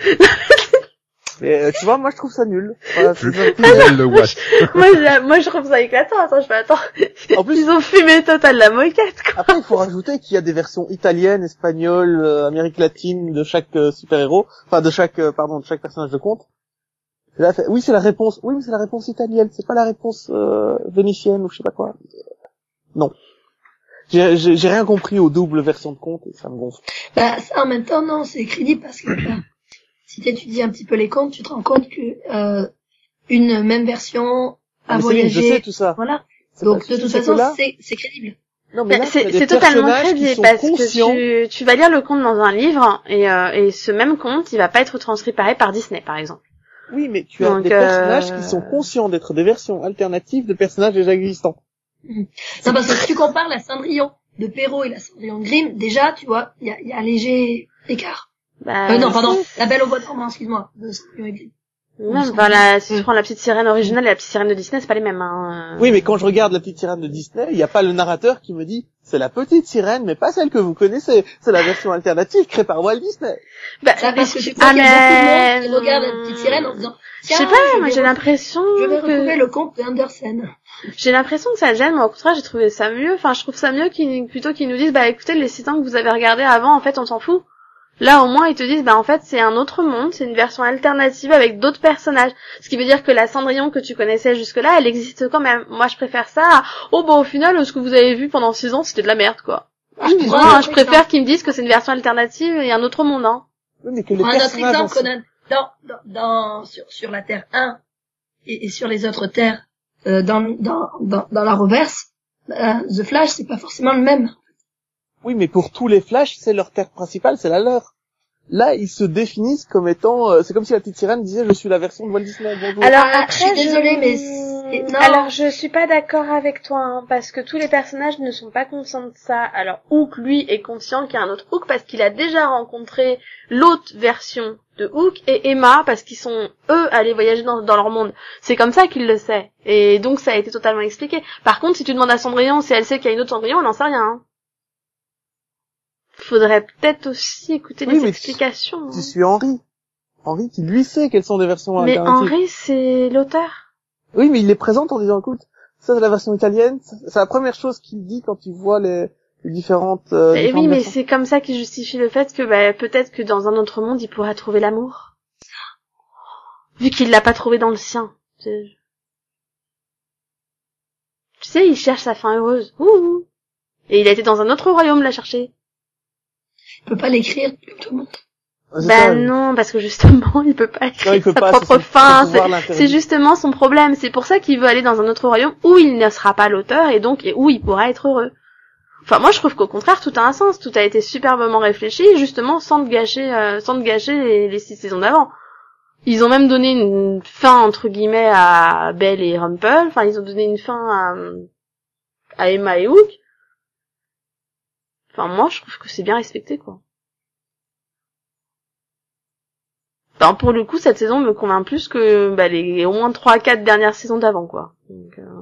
Mais euh, tu vois, moi je trouve ça nul. Voilà, Je fumelle le Watt. moi, je, moi je trouve ça éclatant. Attends, je fais attends. En plus, ils ont fumé total la moquette, quoi. Après, il faut rajouter qu'il y a des versions italiennes, espagnoles, euh, Amérique latine de chaque euh, super-héros, enfin de chaque, euh, pardon, de chaque personnage de conte. Et là, fait, oui, c'est la réponse. Oui, mais c'est la réponse italienne. C'est pas la réponse euh, vénitienne ou je sais pas quoi. Non. J'ai, j'ai, j'ai rien compris aux doubles versions de conte et ça me gonfle. Bah ça, en même temps, non, c'est crédible parce que bah, si tu étudies un petit peu les contes, tu te rends compte que euh, une même version a ah, voyagé. Je sais tout ça. Voilà. C'est donc de toute façon, là... c'est, c'est crédible. Non, mais là, c'est, c'est totalement crédible parce conscients. que tu, tu vas lire le conte dans un livre et, euh, et ce même conte, il va pas être transcrit pareil par Disney, par exemple. Oui, mais tu as donc, des euh... personnages qui sont conscients d'être des versions alternatives de personnages déjà existants. Mmh. Non, parce que si tu compares la Cendrillon de Perrault et la Cendrillon de Grimm, déjà, tu vois, il y a, y a un léger écart. Bah, euh, non, pardon, La Belle au bois dormant, excuse-moi, de Cendrillon et Grimm. Non, bah, la, si tu prends la petite sirène originale et la petite sirène de Disney, c'est pas les mêmes, hein. Oui, mais quand je regarde la petite sirène de Disney, il n'y a pas le narrateur qui me dit c'est la petite sirène, mais pas celle que vous connaissez. C'est la version alternative créée par Walt Disney. Bah, ça, parce que tu crois ah, qu'il y a beaucoup de monde qui regarde la petite sirène en disant je sais pas, moi j'ai l'impression je vais que... retrouver le conte d'Andersen. J'ai l'impression que ça gêne, moi au contraire j'ai trouvé ça mieux, enfin je trouve ça mieux qu'ils, plutôt qu'ils nous disent bah écoutez les six ans que vous avez regardé avant en fait on s'en fout. Là au moins ils te disent bah en fait c'est un autre monde, c'est une version alternative avec d'autres personnages. Ce qui veut dire que la Cendrillon que tu connaissais jusque là elle existe quand même. Moi je préfère ça à, oh bah au final ce que vous avez vu pendant six ans c'était de la merde quoi. Ah, je, moi, hein, je préfère qu'ils me disent que c'est une version alternative et un autre monde hein. Oui, mais que les un autre exemple aussi... Conan, dans, dans, dans, sur, sur la Terre un et, et sur les autres terres euh, dans, dans, dans, dans la reverse, euh, The Flash c'est pas forcément le même. Oui, mais pour tous les Flash, c'est leur terre principale, c'est la leur. Là, ils se définissent comme étant... Euh, c'est comme si la petite sirène disait « Je suis la version de Walt Disney. » Bonjour. Alors ah, après, je suis désolée, je... mais... C'est... Non. Alors, je suis pas d'accord avec toi, hein, parce que tous les personnages ne sont pas conscients de ça. Alors, Hook, lui, est conscient qu'il y a un autre Hook, parce qu'il a déjà rencontré l'autre version de Hook, et Emma, parce qu'ils sont, eux, allés voyager dans, dans leur monde. C'est comme ça qu'il le sait. Et donc, ça a été totalement expliqué. Par contre, si tu demandes à Cendrillon si elle sait qu'il y a une autre Cendrillon, elle n'en sait rien, hein. Faudrait peut-être aussi écouter oui, les explications. Tu, tu suis Henri. Henri qui lui sait quelles sont des versions mais alternatives. Mais Henri, c'est l'auteur. Oui, mais il les présente en disant, écoute, Ça, c'est la version italienne. C'est la première chose qu'il dit quand il voit les, les différentes, euh, Et différentes oui, mais versions. c'est comme ça qu'il justifie le fait que bah, peut-être que dans un autre monde, il pourra trouver l'amour. Vu qu'il l'a pas trouvé dans le sien. Tu sais, il cherche sa fin heureuse. Ouh, ouh. Et il a été dans un autre royaume la chercher. Il peut pas l'écrire comme tout le monde. C'est Bah ça, non, parce que justement, il peut pas écrire il peut sa pas, propre c'est son- fin. son pouvoir C'est, l'interdit. c'est justement son problème. C'est pour ça qu'il veut aller dans un autre royaume où il ne sera pas l'auteur et donc et où il pourra être heureux. Enfin, moi, je trouve qu'au contraire, tout a un sens. Tout a été superbement réfléchi, justement, sans te gâcher, euh, sans te gâcher les, les six saisons d'avant. Ils ont même donné une fin entre guillemets à Belle et Rumple. Enfin, ils ont donné une fin à, à Emma et Hook. Enfin, moi, je trouve que c'est bien respecté, quoi. Enfin, pour le coup, cette saison me convainc plus que bah, les au moins trois à quatre dernières saisons d'avant, quoi. Donc, euh...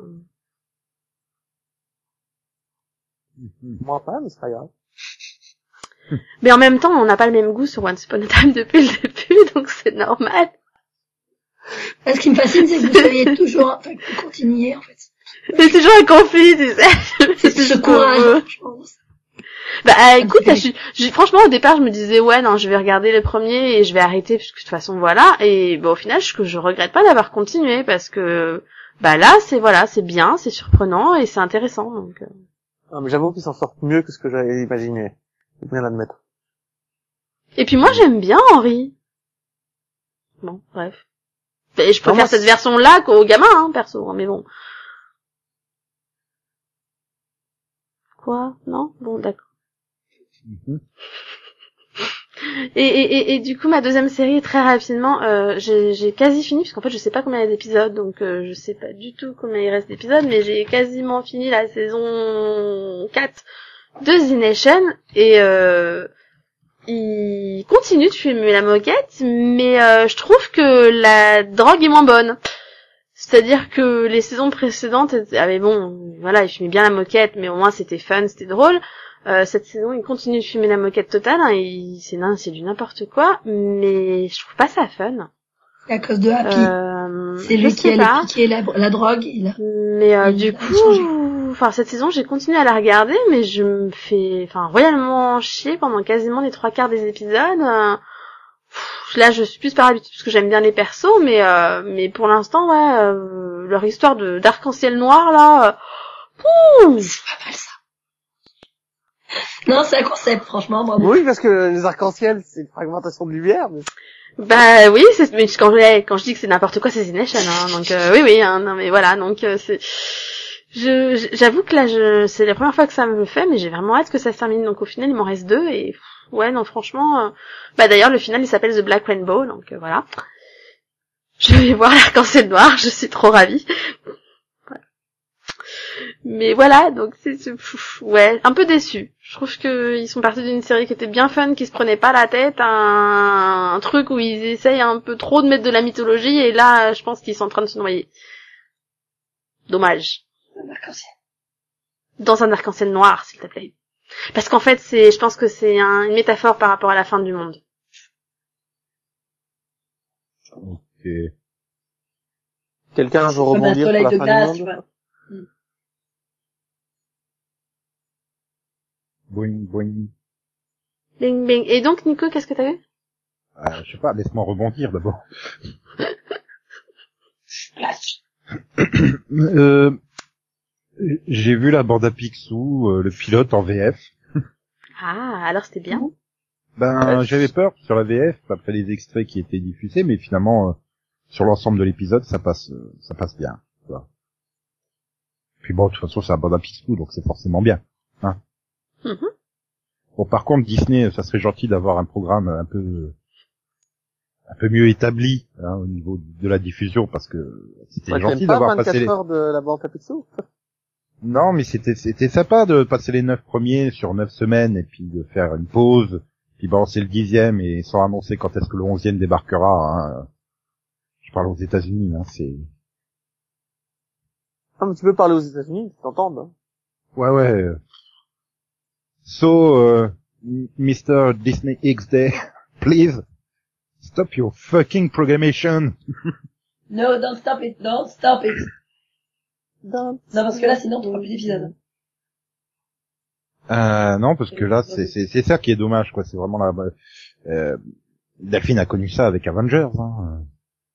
Moi pas, mais c'est pas grave. Mais en même temps, on n'a pas le même goût sur Once Upon a Time depuis le début, donc c'est normal. Ce qui me fascine, c'est que vous soyez toujours, enfin, que vous continuiez, en fait. C'est toujours un conflit, tu sais. C'est ce courage, franchement. Bah euh, écoute, je, suis- je, franchement au départ je me disais ouais non je vais regarder les premiers et je vais arrêter parce que de toute façon voilà et bah, au final je, je regrette pas d'avoir continué parce que bah là c'est voilà c'est bien, c'est surprenant et c'est intéressant donc. Euh... Non, mais j'avoue qu'ils s'en sortent mieux que ce que j'avais imaginé. Faut bien l'admettre. Et puis moi j'aime bien Henri. Bon bref. Et je préfère Non, moi, cette c'est- version là qu'au gamin hein perso hein, mais bon. Quoi non bon d'accord. Mhm. Et, et, et, et du coup, ma deuxième série, très rapidement, euh, j'ai, j'ai quasi fini, parce qu'en fait, je sais pas combien il y a d'épisodes, donc euh, je sais pas du tout combien il reste d'épisodes, mais j'ai quasiment fini la saison quatre de The Nation, et euh, il continue de fumer la moquette, mais euh, je trouve que la drogue est moins bonne. C'est-à-dire que les saisons précédentes, ah mais bon, voilà, il fumait bien la moquette, mais au moins c'était fun, c'était drôle. Euh, cette saison, il continue de fumer la moquette totale, hein, et c'est non, c'est du n'importe quoi, mais je trouve pas ça fun. C'est à cause de Happy. Euh, c'est je lui qui sais allait pas, piquer la, la drogue, il a... mais euh, il du a coup, changé. enfin cette saison, j'ai continué à la regarder, mais je me fais, enfin royalement chier pendant quasiment les trois quarts des épisodes. Euh, pff, là, je suis plus par habitude parce que j'aime bien les persos, mais euh, mais pour l'instant, ouais, euh, leur histoire de d'arc-en-ciel noir là. Euh, pouf, C'est pas mal, ça. Non, c'est un concept, franchement, bravo. Oui, parce que les arcs-en-ciel, c'est une fragmentation de lumière, mais... Bah oui, c'est mais quand je quand je dis que c'est n'importe quoi, c'est The Nation hein. Donc euh, oui oui hein, non mais voilà, donc euh, c'est je je- j'avoue que là je c'est la première fois que ça me le fait mais j'ai vraiment hâte que ça se termine. Donc au final, il m'en reste deux et pff, ouais non franchement euh, bah d'ailleurs le final il s'appelle The Black Rainbow donc euh, voilà. Je vais voir l'arc-en-ciel noir, je suis trop ravie. Voilà. Mais voilà, donc c'est c'est- pff, ouais, un peu déçu. Je trouve que ils sont partis d'une série qui était bien fun, qui se prenait pas la tête, un, un truc où ils essayent un peu trop de mettre de la mythologie, et là, je pense qu'ils sont en train de se noyer. Dommage. Un arc-en-ciel. Dans un arc-en-ciel noir, s'il te plaît. Parce qu'en fait, c'est, je pense que c'est un- une métaphore par rapport à la fin du monde. Ok. Quelqu'un veut Comme un rebondir sur soleil la de fin glace, du tu monde? vois. Boing, boing. Bing, bing. Et donc, Nico, qu'est-ce que t'as vu? Euh, je sais pas, laisse-moi rebondir d'abord. Place. euh, j'ai vu la bande à Picsou, euh, le pilote en V F. Ah, alors c'était bien. Ben, Euh, j'avais peur sur la V F après les extraits qui étaient diffusés, mais finalement, euh, sur l'ensemble de l'épisode, ça passe, euh, ça passe bien. Tu vois. Puis bon, de toute façon, c'est la bande à Picsou, donc c'est forcément bien. Hein. Mhm. Bon, par contre, Disney, ça serait gentil d'avoir un programme un peu, un peu mieux établi hein, au niveau de la diffusion, parce que c'était Ouais, gentil t'aimes pas d'avoir vingt-quatre passé les... heures de la bande à Picsou? Non, mais c'était c'était sympa de passer les neuf premiers sur neuf semaines et puis de faire une pause, puis balancer le dixième et sans annoncer quand est-ce que le onzième débarquera. Hein. Je parle aux États-Unis, hein, c'est. Ah, mais tu peux parler aux États-Unis, ils t'entendent. Hein. Ouais, ouais. So, uh, mister Disney X Day, please stop your fucking programmation. No, don't stop it, don't stop it. d'un... Non, parce que là, sinon, t'auras plus d'épisodes. Euh, non, parce que là, c'est, c'est, c'est ça qui est dommage, quoi. C'est vraiment la, euh, Delphine a connu ça avec Avengers, hein.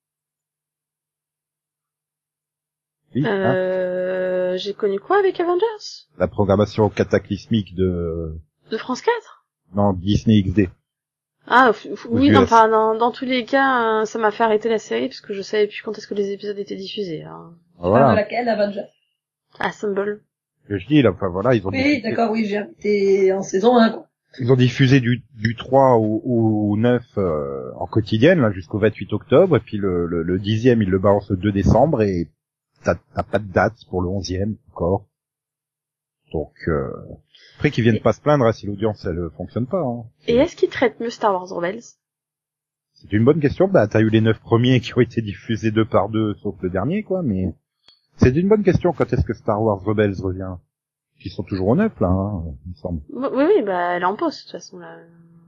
Oui, hein. Euh, j'ai connu quoi avec Avengers? La programmation cataclysmique de, De France quatre? non, Disney X D. Ah, f- f- oui, U S. non, enfin, dans, dans tous les cas, euh, ça m'a fait arrêter la série parce que je savais plus quand est-ce que les épisodes étaient diffusés. Hein. Tu parles de Voilà. laquelle, Avengers? Assemble. Que je dis, là, enfin, voilà, ils ont Oui, diffusé, d'accord, oui, j'ai arrêté en saison un, quoi. ils ont diffusé du, du trois au, au neuf, euh, en quotidienne, là, jusqu'au vingt-huit octobre, et puis le, le, le dixième, ils le balancent le deux décembre, et t'as, t'as pas de date pour le onzième, encore. Donc, euh, après qu'ils viennent Et- pas se plaindre, hein, si l'audience, elle fonctionne pas, hein. Et est-ce qu'ils traitent mieux Star Wars Rebels? C'est une bonne question. Bah, t'as eu les neuf premiers qui ont été diffusés deux par deux, sauf le dernier, quoi, mais c'est une bonne question. Quand est-ce que Star Wars Rebels revient? Ils sont toujours au neuf, là, hein, il me semble. Oui, oui, oui, bah, elle est en pause, de toute façon, là.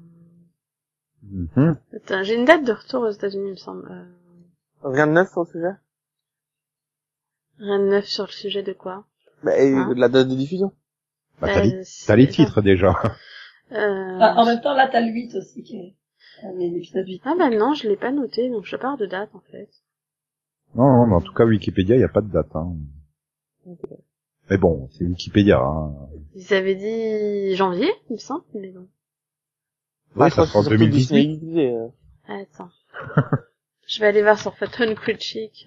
Mhm. Attends, j'ai une date de retour aux États-Unis, il me semble. Euh, Rien de neuf sur le sujet? rien de neuf sur le sujet de quoi? Bah, et Hein de la date de diffusion. Bah, t'as, les, Euh, t'as les c'est- titres, déjà. Euh... Enfin, en même temps, là, t'as le huit aussi, qui est, euh, l'épisode huit. Ah bah non, je l'ai pas noté, donc je pars de date, en fait. Non, non, mais en tout cas, Wikipédia, il n'y a pas de date, hein. Mais bon, c'est Wikipédia, hein. Ils avaient dit janvier, il me semble, mais bon. Bah, Oui, je crois ça sera en que c'est surtout deux mille dix-huit. Disney X D, euh. Attends. Je vais aller voir sur Photon Critique.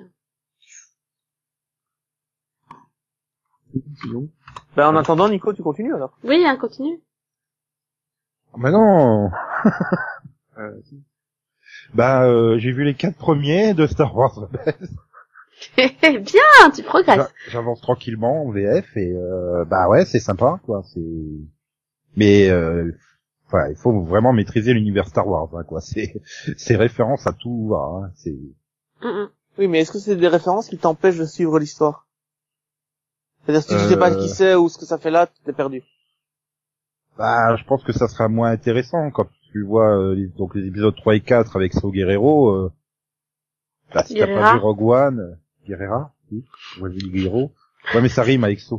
Sinon, Bah, en attendant, Nico, tu continues, alors. Oui, hein, continue. Mais non. Euh, si. Bah, euh, j'ai vu les quatre premiers de Star Wars Rebels. Bien, tu progresses. J'a- J'avance tranquillement en V F et euh, bah ouais, c'est sympa, quoi. C'est, mais euh, enfin, il faut vraiment maîtriser l'univers Star Wars, hein, quoi. C'est, c'est référence à tout, hein. C'est, Mm, mm. Oui, mais est-ce que c'est des références qui t'empêchent de suivre l'histoire? C'est-à-dire, si tu Euh, sais pas qui c'est ou ce que ça fait là, t'es perdu. bah, je pense que ça sera moins intéressant quand tu vois euh, les- donc les épisodes trois et quatre avec So Guerrero. Euh, bah, si t'as Guerrera. pas vu Rogue One, euh, Guerrera, oui, moi j'ai dit Guerrero. Ouais, mais ça rime avec So.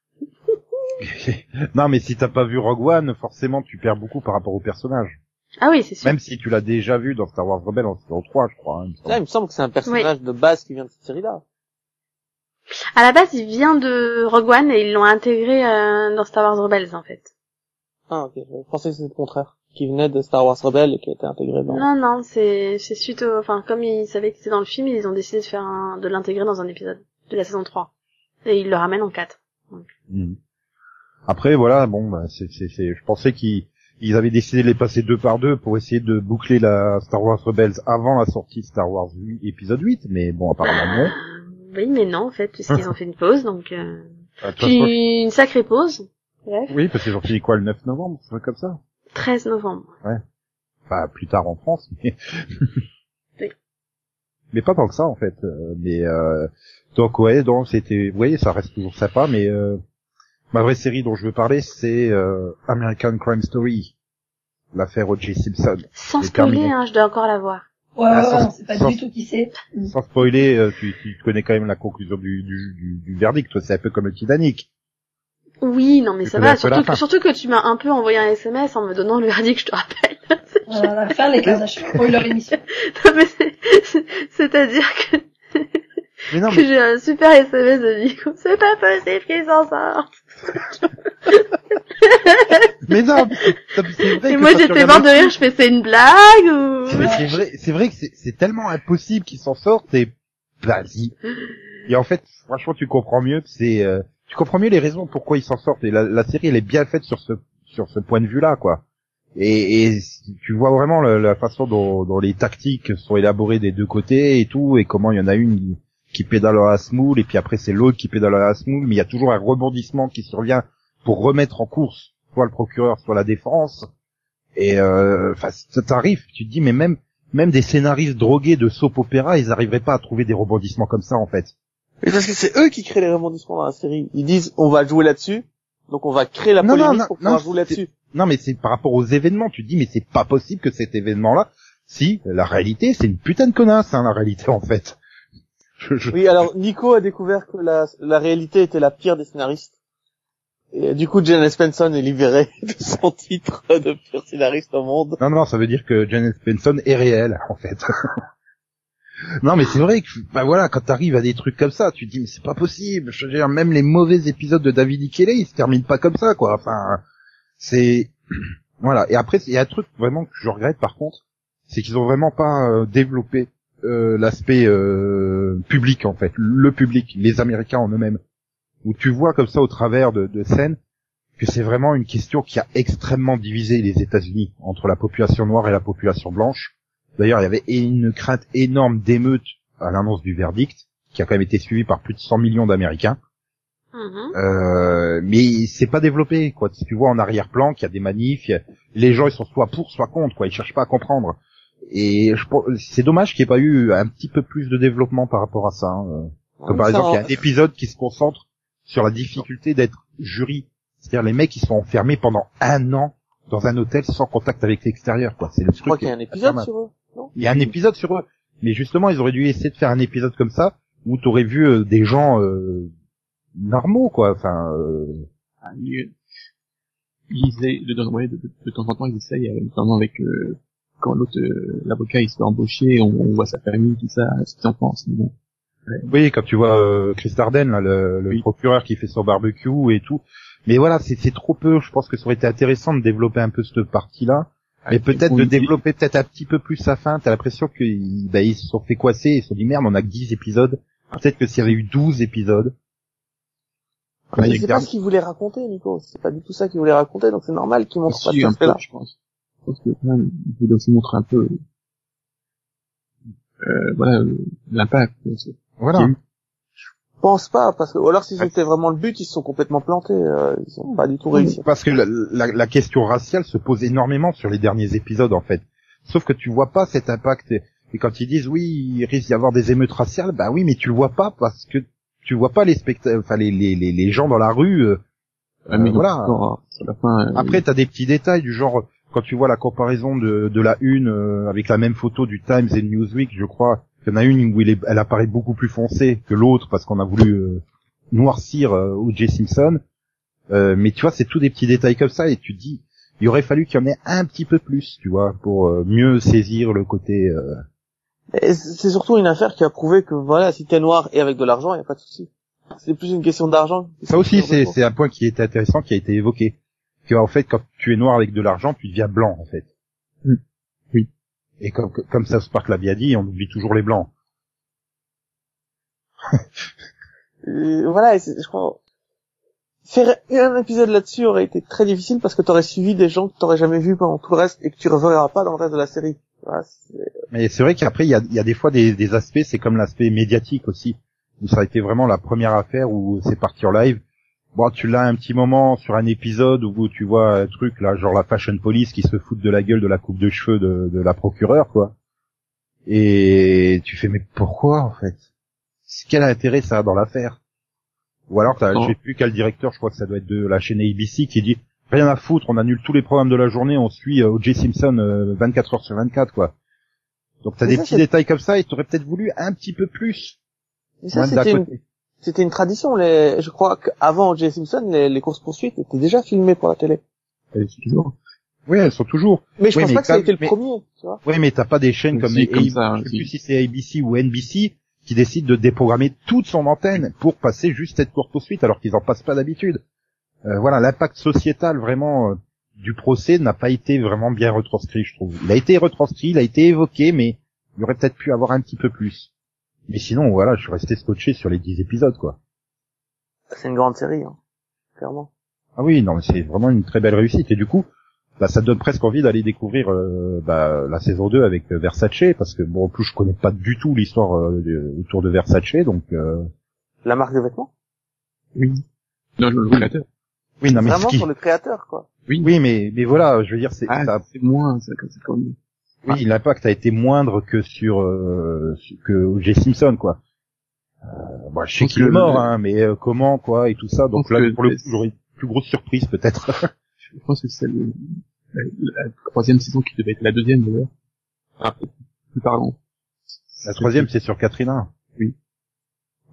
Non, mais si t'as pas vu Rogue One, forcément tu perds beaucoup par rapport au personnage. Ah oui, c'est sûr. Même si tu l'as déjà vu dans Star Wars Rebels en saison trois, je crois. Hein, il me semble. Là, il me semble que c'est un personnage de base qui vient de cette série-là. À la base, il vient de Rogue One et ils l'ont intégré euh, dans Star Wars Rebels, en fait. Ah, ok. Je pensais que c'était le contraire. Qui venait de Star Wars Rebels et qui a été intégré dans... Non, non, c'est c'est suite au... Enfin, comme ils savaient que c'était dans le film, ils ont décidé de faire un... de l'intégrer dans un épisode de la saison trois. Et ils le ramènent en quatre. Mhm. Après, voilà, bon, bah, c'est, c'est, c'est, je pensais qu'ils ils avaient décidé de les passer deux par deux pour essayer de boucler la Star Wars Rebels avant la sortie de Star Wars huit, épisode huit, mais bon, apparemment non. Euh, oui, mais non, en fait, puisqu'ils ont fait une pause, donc... Euh... Ah, de toute façon, Puis une sacrée pause. Bref. oui, parce qu'ils ont fini quoi le neuf novembre, c'est comme ça. treize novembre. Enfin, plus tard en France, mais... Oui. Mais pas tant que ça, en fait. Euh, mais, euh... donc, ouais, donc, c'était... Vous voyez, ça reste toujours sympa, mais... Euh... Ma vraie série dont je veux parler, c'est euh, American Crime Story. L'affaire O J Simpson. Sans C'est spoiler, terminé. hein, je dois encore la voir. Ouais, ouais, Ah, ouais, sans- on sait pas sans- du tout qui c'est. Sans spoiler, euh, tu, tu connais quand même la conclusion du, du, du, du verdict. Toi, c'est un peu comme le Titanic. Oui, non, mais Tu ça connais va, un peu la surtout fin. que, surtout que tu m'as un peu envoyé un S M S en me donnant le verdict, je te rappelle. Voilà, à la fin, les Kardashians ont eu leur émission. Non, mais c'est, c'est- c'est-à-dire que, Mais non, que mais, j'ai un super S M S de Nico. C'est pas possible qu'ils s'en sortent. mais non, mais c'est, c'est vrai Et que moi, quand tu j'étais regardes morte de le rire, film, je fais, c'est une blague ou... mais c'est vrai, c'est vrai que c'est, c'est tellement impossible qu'ils s'en sortent et vas-y. Et en fait, franchement, tu comprends mieux que c'est, euh, tu comprends mieux les raisons pourquoi ils s'en sortent. Et la, la série, elle est bien faite sur ce, sur ce point de vue-là, quoi. Et, et tu vois vraiment la, la façon dont, dont les tactiques sont élaborées des deux côtés et tout, et comment il y en a une qui pédale à smoule, et puis après c'est l'autre qui pédale à smoule, mais il y a toujours un rebondissement qui survient pour remettre en course soit le procureur, soit la défense. Et euh, enfin, ça t'arrive, tu te dis, mais même même des scénaristes drogués de soap opéra, ils arriveraient pas à trouver des rebondissements comme ça, en fait. Mais parce que c'est eux qui créent les rebondissements dans la série. Ils disent, on va jouer là-dessus, donc on va créer la Non, non, polémique non, pour pouvoir non, jouer là-dessus. Non, mais c'est par rapport aux événements, tu te dis, mais c'est pas possible que cet événement-là, si, la réalité, c'est une putain de connasse, hein, la réalité, en fait. Je, je... Oui, alors Nico a découvert que la, la réalité était la pire des scénaristes. Et du coup, Jane Espenson est libérée de son titre de pire scénariste au monde. Non, non, ça veut dire que Jane Espenson est réelle, en fait. Non, mais c'est vrai que, bah voilà, quand t'arrives à des trucs comme ça, tu te dis, mais c'est pas possible. Je veux dire, même les mauvais épisodes de David E. Kelley, ils se terminent pas comme ça, quoi. Enfin, c'est... Voilà. Et après, il y a un truc vraiment que je regrette, par contre, c'est qu'ils ont vraiment pas euh, développé euh, l'aspect euh, public, en fait. Le public, les Américains en eux-mêmes. Où tu vois comme ça, au travers de, de scènes, que c'est vraiment une question qui a extrêmement divisé les États-Unis entre la population noire et la population blanche. D'ailleurs, il y avait une crainte énorme d'émeute à l'annonce du verdict, qui a quand même été suivi par plus de cent millions d'Américains. Mm-hmm. Euh, mais c'est pas développé, quoi. Si tu vois en arrière-plan qu'il y a des manifs, y a... les gens ils sont soit pour, soit contre, quoi. Ils cherchent pas à comprendre. Et je... c'est dommage qu'il n'y ait pas eu un petit peu plus de développement par rapport à ça. Hein. Comme par exemple, il y a un épisode qui se concentre sur la difficulté d'être jury. C'est-à-dire les mecs qui sont enfermés pendant un an dans un hôtel sans contact avec l'extérieur, quoi. C'est le Je truc. crois qu'il y a un épisode sur eux, non? Il y a un épisode sur eux. Mais justement, ils auraient dû essayer de faire un épisode comme ça, où t'aurais vu euh, des gens euh, normaux, quoi. Enfin, euh... Ah, ils, ils essaient, de, de, ouais, de, de, de temps en temps, ils essayent, euh, notamment avec euh, quand l'autre, euh, l'avocat, il se fait embaucher, on, on voit sa famille, tout ça, ce qu'ils en pensent. Mais bon. Ouais. Oui, quand tu vois euh, Chris Darden, là, le, le oui. procureur qui fait son barbecue et tout. Mais voilà, c'est, c'est trop peu. Je pense que ça aurait été intéressant de développer un peu cette partie-là. Et peut-être de développer peut-être un petit peu plus sa fin. T'as l'impression qu'ils bah, ils se sont fait coincer, ils se sont dit merde, on a que dix épisodes. Peut-être que s'il y avait eu douze épisodes. Ah, mais c'est pas ce qu'ils voulaient raconter, Nico. C'est pas du tout ça qu'ils voulaient raconter, donc c'est normal qu'ils montrent pas cet aspect-là. Je pense. Je pense que quand même, ils voulaient aussi montrer un peu, euh, voilà, l'impact. Voilà. Je pense pas, parce que, ou alors si c'était vraiment le but, ils se sont complètement plantés, euh, ils ont pas du tout réussi. Parce que la, la, la question raciale se pose énormément sur les derniers épisodes, en fait. Sauf que tu vois pas cet impact. Et, et quand ils disent, oui, il risque d'y avoir des émeutes raciales, bah oui, mais tu le vois pas parce que tu vois pas les spectateurs, enfin, les, les, les, les gens dans la rue, euh, ah, mais euh, voilà. Non, sur la fin, euh, Après, t'as des petits détails du genre, quand tu vois la comparaison de, de la une, euh, avec la même photo du Times et Newsweek, je crois, il y en a une où il est, elle apparaît beaucoup plus foncée que l'autre parce qu'on a voulu euh, noircir euh, O J Simpson. Euh, mais tu vois, c'est tous des petits détails comme ça et tu te dis, il aurait fallu qu'il y en ait un petit peu plus, tu vois, pour euh, mieux saisir le côté... Euh... Et c'est surtout une affaire qui a prouvé que, voilà, si t'es noir et avec de l'argent, il n'y a pas de souci. C'est plus une question d'argent. Ça aussi, c'est, c'est un point qui était intéressant, qui a été évoqué. Que, en fait, quand tu es noir avec de l'argent, tu deviens blanc, en fait. Mm. Oui. Et comme, comme South Park l'a bien dit, on oublie toujours les blancs. euh, voilà, et je crois... Faire un épisode là-dessus aurait été très difficile parce que t'aurais suivi des gens que t'aurais jamais vus pendant tout le reste et que tu reverras pas dans le reste de la série. Voilà, c'est... Mais c'est vrai qu'après, il y a, il y a des fois des, des aspects, c'est comme l'aspect médiatique aussi. Où ça a été vraiment la première affaire où c'est parti en live. Bon, tu l'as un petit moment sur un épisode où tu vois un truc, là, genre la Fashion Police qui se fout de la gueule de la coupe de cheveux de, de la procureure, quoi. Et tu fais, mais pourquoi, en fait? Quel intérêt ça a dans l'affaire? Ou alors, t'as, je sais plus quel directeur, je crois que ça doit être de la chaîne A B C, qui dit, rien à foutre, on annule tous les programmes de la journée, on suit O J Simpson euh, vingt-quatre heures sur vingt-quatre, quoi. Donc t'as des ça, petits c'est... détails comme ça, et t'aurais peut-être voulu un petit peu plus. Mais ça, c'était une, c'était une tradition. Les, je crois qu'avant O J Simpson, les, les courses-poursuites étaient déjà filmées pour la télé. Elles sont toujours. Oui, elles sont toujours. Mais je oui, pense mais pas que ça a été le mais... premier, tu vois. Oui, mais t'as pas des chaînes comme, les... comme A... ça, je sais plus si c'est A B C ou N B C qui décident de déprogrammer toute son antenne pour passer juste cette course-poursuite alors qu'ils en passent pas d'habitude. Euh, voilà, l'impact sociétal vraiment euh, du procès n'a pas été vraiment bien retranscrit, je trouve. Il a été retranscrit, il a été évoqué, mais il aurait peut-être pu avoir un petit peu plus. Mais sinon, voilà, je suis resté scotché sur les dix épisodes, quoi. C'est une grande série, hein, clairement. Ah oui, non, mais c'est vraiment une très belle réussite. Et du coup, bah, ça donne presque envie d'aller découvrir euh, bah, la saison deux avec euh, Versace, parce que bon, en plus, je connais pas du tout l'histoire euh, de, autour de Versace, donc... Euh... La marque de vêtements? Oui. Non, le créateur. Oui, non, mais vraiment qui... sur le créateur, quoi. Oui, oui, mais mais voilà, je veux dire, c'est ah, ça... c'est moins, ça, c'est comme... Oui, ah. L'impact a été moindre que sur euh, que O J Simpson, quoi. Euh, bon, je sais qu'il est mort, le... hein, mais euh, comment, quoi, et tout ça. Donc là, pour le coup, j'aurais une plus grosse surprise, peut-être. Je pense que c'est le, la, la troisième saison qui devait être la deuxième, d'ailleurs. Ah, plus parlant. La troisième, c'est sur Katrina. Oui.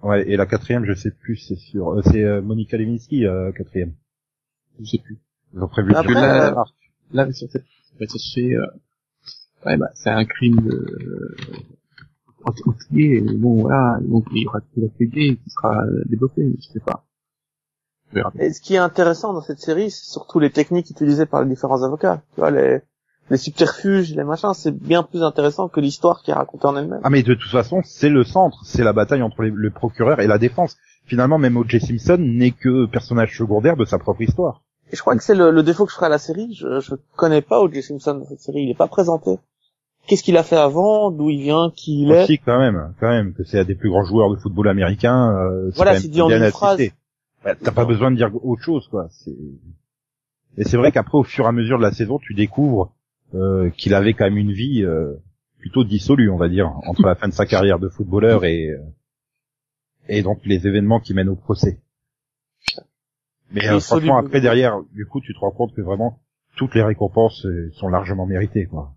Ouais, et la quatrième, je sais plus, c'est sûr. Euh, c'est euh, Monica Lewinsky, euh, quatrième. Je sais plus. Ils ont prévu Après, de euh, la- Là, sur cette, sur chez, euh, ouais, bah, c'est un crime, euh, anti- entier, et bon, voilà, donc il y aura tout la P D qui sera développé, mais je sais pas. On verra bien. Et ce qui est intéressant dans cette série, c'est surtout les techniques utilisées par les différents avocats. Tu vois, les, les subterfuges, les machins, c'est bien plus intéressant que l'histoire qui est racontée en elle-même. Ah mais de toute façon, c'est le centre, c'est la bataille entre les- le procureur et la défense. Finalement, même O J Simpson n'est que personnage secondaire de sa propre histoire. Et je crois que c'est le, le défaut que je ferai à la série. Je, je connais pas O J Simpson dans cette série. Il est pas présenté. Qu'est-ce qu'il a fait avant, d'où il vient, qui il est. Aussi, quand même, quand même, que c'est un des plus grands joueurs de football américain. Euh, c'est Voilà, quand même c'est dit en bien une assisté. phrase. Bah, t'as pas besoin de dire autre chose, quoi. C'est... Et c'est vrai qu'après, au fur et à mesure de la saison, tu découvres euh, qu'il avait quand même une vie euh, plutôt dissolue, on va dire, entre la fin de sa carrière de footballeur et euh, et donc les événements qui mènent au procès. Mais euh, Dissolu. franchement, après derrière, du coup, tu te rends compte que vraiment toutes les récompenses euh, sont largement méritées, quoi.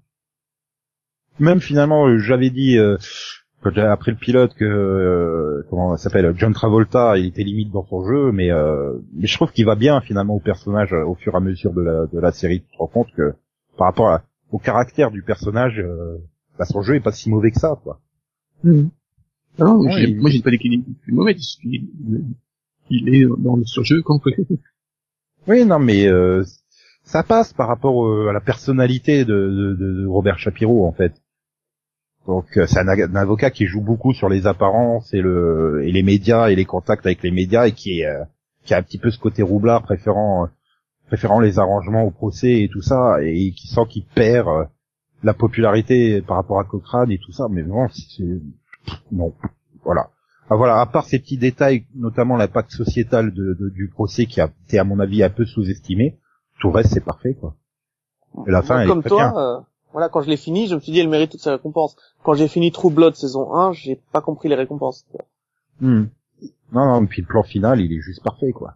Même finalement, euh, j'avais dit euh, quand j'avais appris le pilote que euh, comment ça s'appelle, John Travolta, il était limite dans son jeu, mais euh, mais je trouve qu'il va bien finalement au personnage euh, au fur et à mesure de la de la série. Tu te rends compte que par rapport à, au caractère du personnage, euh, bah, son jeu est pas si mauvais que ça, quoi. Mhm. Ah non, Ouais, j'ai- il- moi j'ai pas dit qu'il est plus mauvais, il, il, il est dans le surjeu quand on peut. Oui, non, mais euh, ça passe par rapport euh, à la personnalité de, de, de Robert Shapiro, en fait. Donc euh, c'est un, un avocat qui joue beaucoup sur les apparences et le et les médias et les contacts avec les médias et qui est euh, qui a un petit peu ce côté roublard, préférant euh, préférant les arrangements au procès et tout ça, et qui sent qu'il perd euh, la popularité par rapport à Cochrane et tout ça. Mais non, c'est non, voilà. Ah, voilà, à part ces petits détails, notamment l'impact sociétal de, de, du procès qui a été à mon avis un peu sous-estimé, tout le reste c'est parfait, quoi. Et la fin, Moi, elle comme est très toi, bien. euh, voilà, quand je l'ai fini, je me suis dit, elle mérite toutes ses récompenses. Quand j'ai fini True Blood saison un, j'ai pas compris les récompenses. Hmm. Non, non, et puis le plan final, il est juste parfait, quoi.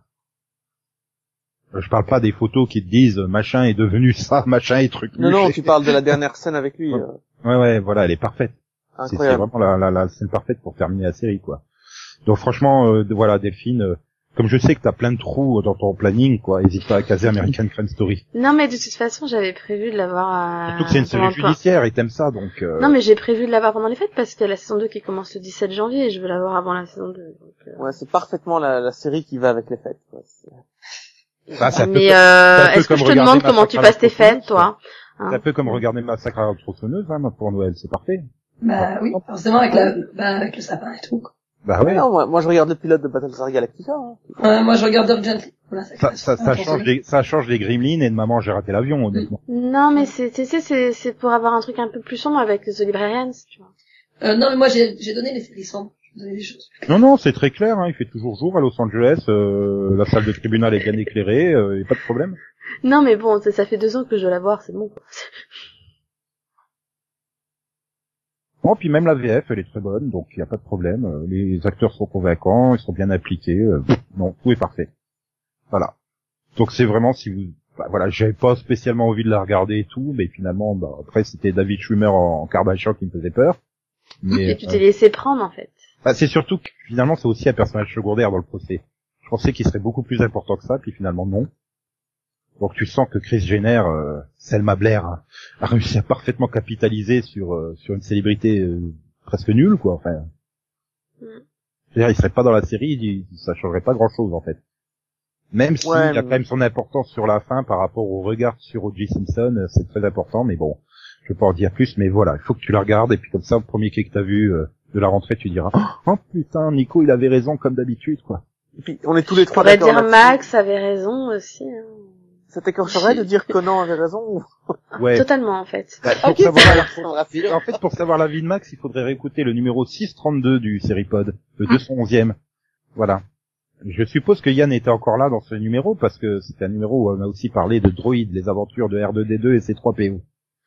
Euh, Je parle pas des photos qui te disent machin est devenu ça, machin est truc. Non, non, tu parles de la dernière scène avec lui. Euh, Ouais, ouais, voilà, elle est parfaite. C'est c'est incroyable. vraiment la, la, la scène parfaite pour terminer la série, quoi. Donc franchement, euh, de- voilà, Delphine, euh, comme je sais que t'as plein de trous dans ton planning, quoi, hésite pas à caser American Crime Story. Non, mais de toute façon, j'avais prévu de l'avoir à... Surtout que c'est une série pendant le- judiciaire et t'aimes ça, donc... Euh... Non, mais j'ai prévu de l'avoir pendant les fêtes parce qu'il y a la saison deux qui commence le dix-sept janvier et je veux l'avoir avant la saison deux. Donc, euh... Ouais, c'est parfaitement la, la série qui va avec les fêtes. Quoi. C'est- bah, c'est un peu mais comme- euh, c'est un peu est-ce que comme je te regarder demande comment Massacre tu à passes tes l'Anthropologie, fêtes, toi C'est hein un peu comme regarder Massacre à la tronçonneuse, hein, pour Noël, c'est parfait. Bah oui, forcément avec la, bah, avec le sapin et tout, quoi. Bah Ouais, ouais, non, moi, moi je regarde le pilote de Battlestar Galactica. Hein. Ouais, moi je regarde Urgently. Voilà, ça, ça, ça change des, ça change des Gremlins et de Maman j'ai raté l'avion, honnêtement. Non, mais c'est, c'est, c'est, c'est, c'est pour avoir un truc un peu plus sombre avec The Librarians, tu vois. Euh, non, mais moi j'ai, j'ai donné les séries sombres. J'ai donné des choses. Non, non, c'est très clair, hein, il fait toujours jour à Los Angeles, euh, la salle de tribunal est bien éclairée, euh, y a pas de problème. Non, mais bon, ça, ça fait deux ans que je dois la voir, c'est bon, quoi. Bon, puis même la V F, elle est très bonne, donc il y a pas de problème. euh, Les acteurs sont convaincants, ils sont bien appliqués. euh, non, tout est parfait. Voilà. Donc c'est vraiment si vous, bah, voilà, j'avais pas spécialement envie de la regarder et tout, mais finalement, bah, après c'était David Schwimmer en, en Kardashian qui me faisait peur. Mais Et tu euh, t'es laissé prendre, en fait. bah, c'est surtout que finalement c'est aussi un personnage secondaire dans le procès. Je pensais qu'il serait beaucoup plus important que ça, puis finalement non. Donc tu sens que Chris Jenner, euh, Selma Blair, a, a réussi à parfaitement capitaliser sur euh, sur une célébrité euh, presque nulle, quoi. Enfin, Mm. c'est-à-dire, il serait pas dans la série, il, ça changerait pas grand-chose en fait. Même s'il Ouais, a mais- quand même son importance sur la fin par rapport au regard sur O J Simpson, euh, c'est très important. Mais bon, je vais pas en dire plus. Mais voilà, il faut que tu la regardes et puis comme ça, au premier quai que t'as vu euh, de la rentrée, tu diras oh putain, Nico, il avait raison comme d'habitude, quoi. Et puis on est tous les Je trois pourrais d'accord dire là-dessus. Max avait raison aussi. Hein. Ça t'écorcherait de dire Conan avait raison ou... Ouais. Totalement, en fait. Bah, pour Ok, savoir ça la- va, ça me rassure. En fait, pour savoir l'avis de Max, il faudrait réécouter le numéro six cent trente-deux du Seripod, le deux cent onzième. Voilà. Je suppose que Yann était encore là dans ce numéro, parce que c'était un numéro où on a aussi parlé de Droid, les aventures de R deux D deux et C trois P O.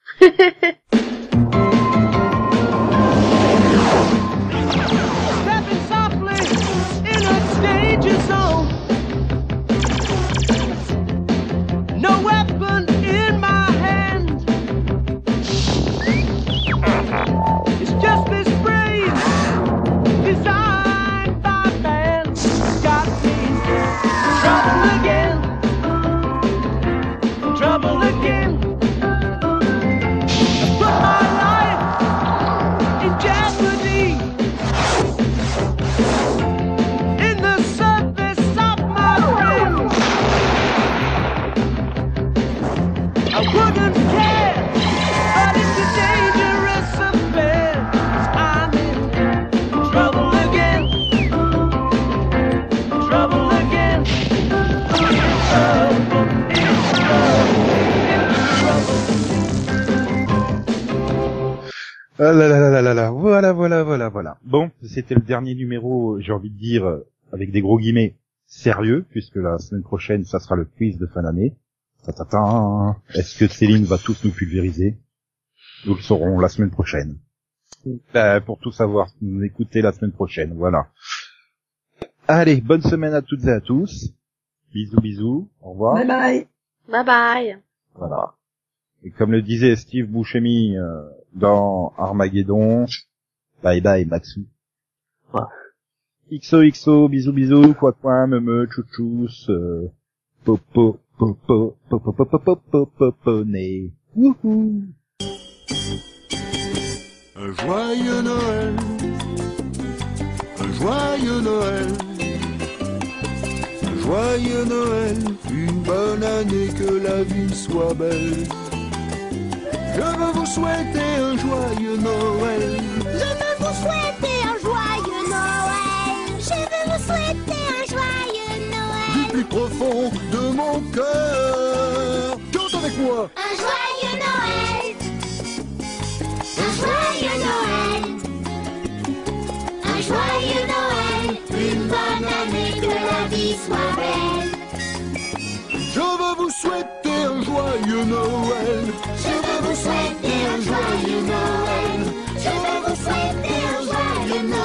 Stepping softly in a danger zone. No weapon in my hand. It's just this brain designed by Ah là là là là là là, voilà, voilà, voilà, voilà. Bon, c'était le dernier numéro, j'ai envie de dire, euh, avec des gros guillemets, sérieux, puisque la semaine prochaine, ça sera le quiz de fin d'année. Ta-ta-ta. Est-ce que Céline va tous nous pulvériser? Nous le saurons la semaine prochaine. Ben, pour tout savoir, nous écoutez la semaine prochaine, voilà. Allez, bonne semaine à toutes et à tous. Bisous, bisous, au revoir. Bye bye. Bye bye. Voilà. Et comme le disait Steve Buscemi euh, dans Armageddon, bye bye Maxou. Ouais. X O X O, bisous bisous, quoi quoi, me me, chouchous, euh, popo, popo, popo, popo, popo, popo, né. Wouhou. Un joyeux Noël, un joyeux Noël, un joyeux Noël, une bonne année, que la vie soit belle. Je veux vous souhaiter un joyeux Noël. Je veux vous souhaiter un joyeux Noël. Je veux vous souhaiter un joyeux Noël. Du plus profond de mon cœur. Chante avec moi. Un joyeux Noël. Un joyeux Noël. Un joyeux Noël. Une bonne année, que la vie soit belle. Je veux vous souhaiter un joyeux Noël. Je veux vous souhaiter un joyeux Noël. Je veux vous souhaiter un joyeux Noël.